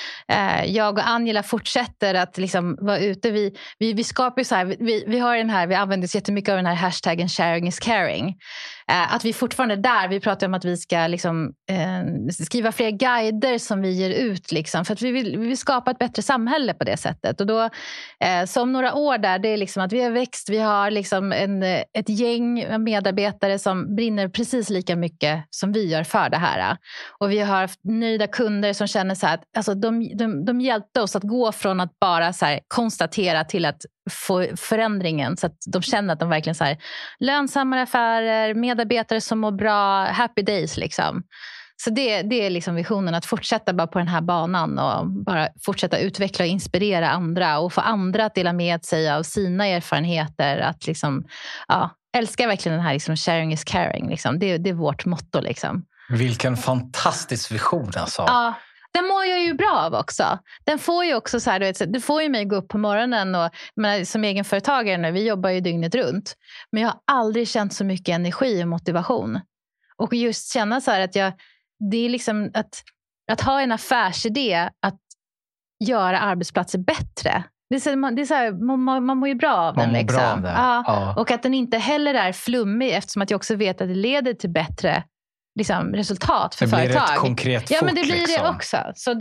Jag och Angela fortsätter att liksom vara ute, vi skapar så här, vi har den här, vi använder jättemycket av den här hashtaggen sharing is caring. Att vi fortfarande där, vi pratar om att vi ska liksom, skriva fler guider som vi ger ut liksom, för att vi vill skapa ett bättre samhälle på det sättet. Och då, som några år där, det är liksom att vi har växt, vi har liksom ett gäng medarbetare som brinner precis lika mycket som vi gör för det här. Och vi har nöjda kunder som känner så här att alltså, de hjälpte oss att gå från att bara så här konstatera till att få förändringen, så att de känner att de verkligen så här, lönsammare affärer, medarbetare som mår bra, happy days liksom. Så det är liksom visionen, att fortsätta bara på den här banan och bara fortsätta utveckla och inspirera andra och få andra att dela med sig av sina erfarenheter, att liksom, älskar verkligen den här liksom, sharing is caring liksom. Det är vårt motto liksom. Vilken fantastisk vision alltså. Ja. Den mår jag ju bra av också. Den får ju också så här, du vet, det får ju mig gå upp på morgonen och som egenföretagare nu, vi jobbar ju dygnet runt. Men jag har aldrig känt så mycket energi och motivation. Och just känna så här att det är liksom att ha en affärsidé att göra arbetsplatser bättre. Det är så här, man mår ju bra av den liksom. Bra av det. Ja. Och att den inte heller är flummig, eftersom att jag också vet att det leder till bättre liksom, resultat för företag. Det blir ett konkret men det blir liksom. Det också.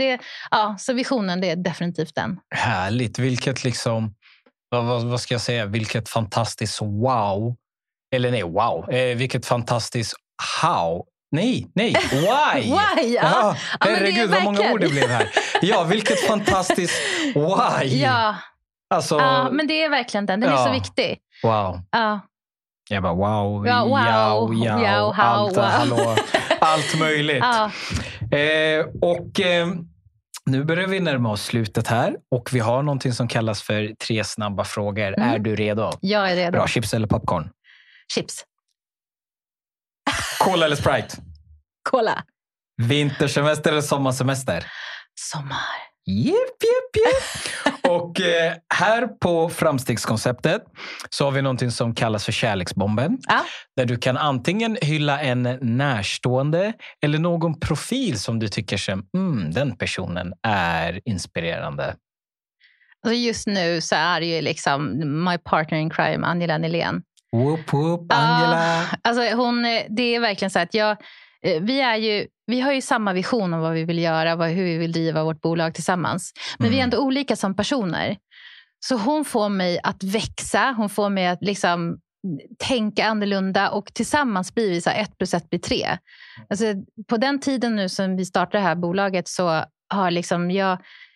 Så visionen, det är definitivt den. Härligt. Vilket liksom, vad ska jag säga? Vilket fantastiskt wow. Eller nej, wow. Vilket fantastiskt how. Nej, why? Why, ja. Herregud, vad många ord det blev här. Ja, vilket fantastiskt why. Ja. Alltså, men det är verkligen den. Den är så viktig. Wow. Ja. Jag bara wow, allt möjligt. Nu börjar vi närma oss slutet här. Och vi har någonting som kallas för 3 snabba frågor. Är du redo? Jag är redo. Bra, chips eller popcorn? Chips. Cola eller Sprite? Cola. Vintersemester eller sommarsemester? Sommar. Yep. Och här på Framstegskonceptet så har vi någonting som kallas för kärleksbomben. Där du kan antingen hylla en närstående eller någon profil som du tycker som den personen är inspirerande. Alltså just nu så är det ju liksom my partner in crime, Angela Nylén. Whoop, Angela. Alltså det är verkligen så att vi har ju samma vision om vad vi vill göra, hur vi vill driva vårt bolag tillsammans. Men vi är ändå olika som personer. Så hon får mig att växa, hon får mig att liksom tänka annorlunda och tillsammans blir vi så här 1 + 1 blir 3. Alltså på den tiden nu som vi startade det här bolaget så har liksom det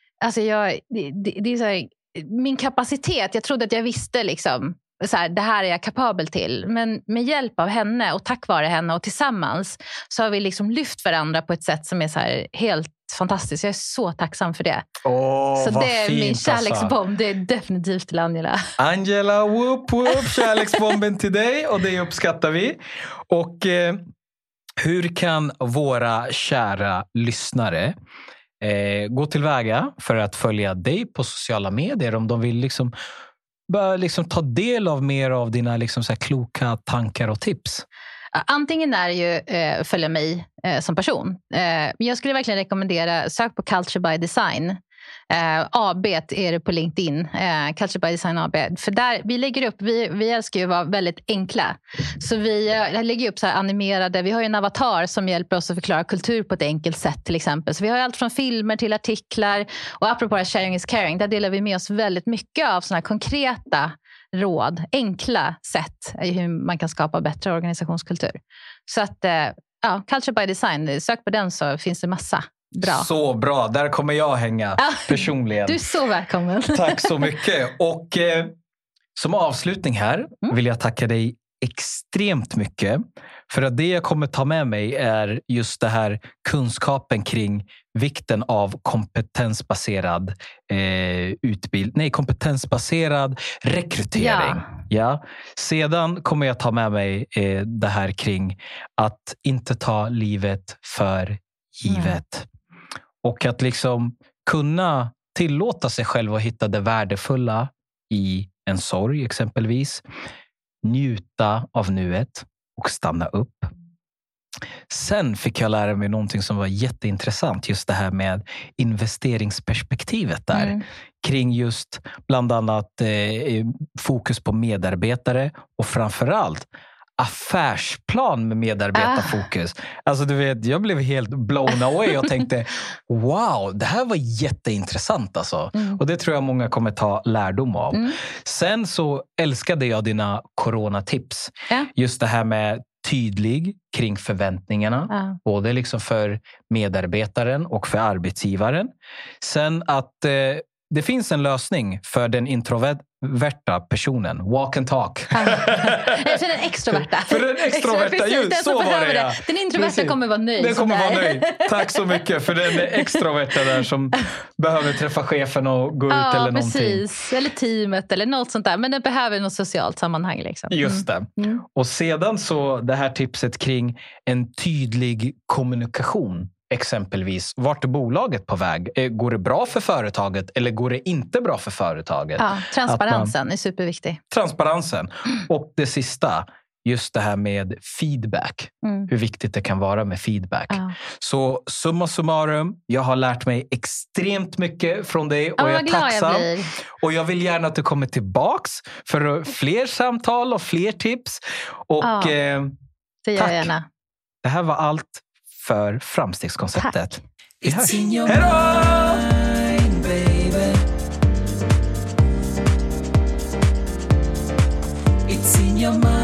är så här, min kapacitet, jag trodde att jag visste liksom så här, det här är jag kapabel till. Men med hjälp av henne och tack vare henne och tillsammans så har vi liksom lyft varandra på ett sätt som är så här helt fantastiskt. Jag är så tacksam för det. Så det är min kärleksbomb. Det är definitivt till Angela. Angela, whoop, kärleksbomben till dig och det uppskattar vi. Och hur kan våra kära lyssnare gå tillväga för att följa dig på sociala medier om de vill liksom ta del av mer av dina liksom så här kloka tankar och tips? Antingen är det ju följa mig som person. Jag skulle verkligen rekommendera, sök på Culture by Design. AB är det på LinkedIn. Culture by Design AB. För där, vi lägger upp, vi älskar ju att vara väldigt enkla. Så vi lägger upp så här animerade, vi har ju en avatar som hjälper oss att förklara kultur på ett enkelt sätt till exempel. Så vi har allt från filmer till artiklar. Och apropå sharing is caring, där delar vi med oss väldigt mycket av såna här konkreta råd, enkla sätt hur man kan skapa bättre organisationskultur. Så att, Culture by Design, sök på den så finns det massa. Bra. Så bra, där kommer jag hänga personligen. Du är så välkommen. Tack så mycket. Och som avslutning här vill jag tacka dig extremt mycket. För att det jag kommer ta med mig är just det här kunskapen kring vikten av kompetensbaserad kompetensbaserad rekrytering. Ja. Sedan kommer jag ta med mig det här kring att inte ta livet för givet. Och att liksom kunna tillåta sig själv att hitta det värdefulla i en sorg exempelvis. Njuta av nuet och stanna upp. Sen fick jag lära mig någonting som var jätteintressant. Just det här med investeringsperspektivet där. Kring just bland annat fokus på medarbetare och framförallt affärsplan med medarbetarfokus. Alltså du vet, jag blev helt blown away och tänkte wow, det här var jätteintressant alltså. Och det tror jag många kommer ta lärdom av. Sen så älskade jag dina coronatips. Just det här med tydlig kring förväntningarna. Både liksom för medarbetaren och för arbetsgivaren. Sen att det finns en lösning för den introverta personen. Walk and talk. För den extroverta. För den extroverta, just så var det. Ja. Den introverta kommer vara nöjd. Den kommer vara nöjd. Tack så mycket för den extroverta där som behöver träffa chefen och gå ut eller någonting. Precis. Eller teamet eller något sånt där. Men den behöver något socialt sammanhang. Liksom. Just det. Och sedan så det här tipset kring en tydlig kommunikation. Exempelvis, vart är bolaget på väg? Går det bra för företaget eller går det inte bra för företaget? Ja, transparensen är superviktig. Transparensen. Och det sista, just det här med feedback. Hur viktigt det kan vara med feedback. Så summa summarum, jag har lärt mig extremt mycket från dig och jag är tacksam. Och jag vill gärna att du kommer tillbaks för fler samtal och fler tips. Och det gör jag gärna. Det här var allt för Framstegskonceptet. Tack. Vi hörs. Hejdå! It's in your mind.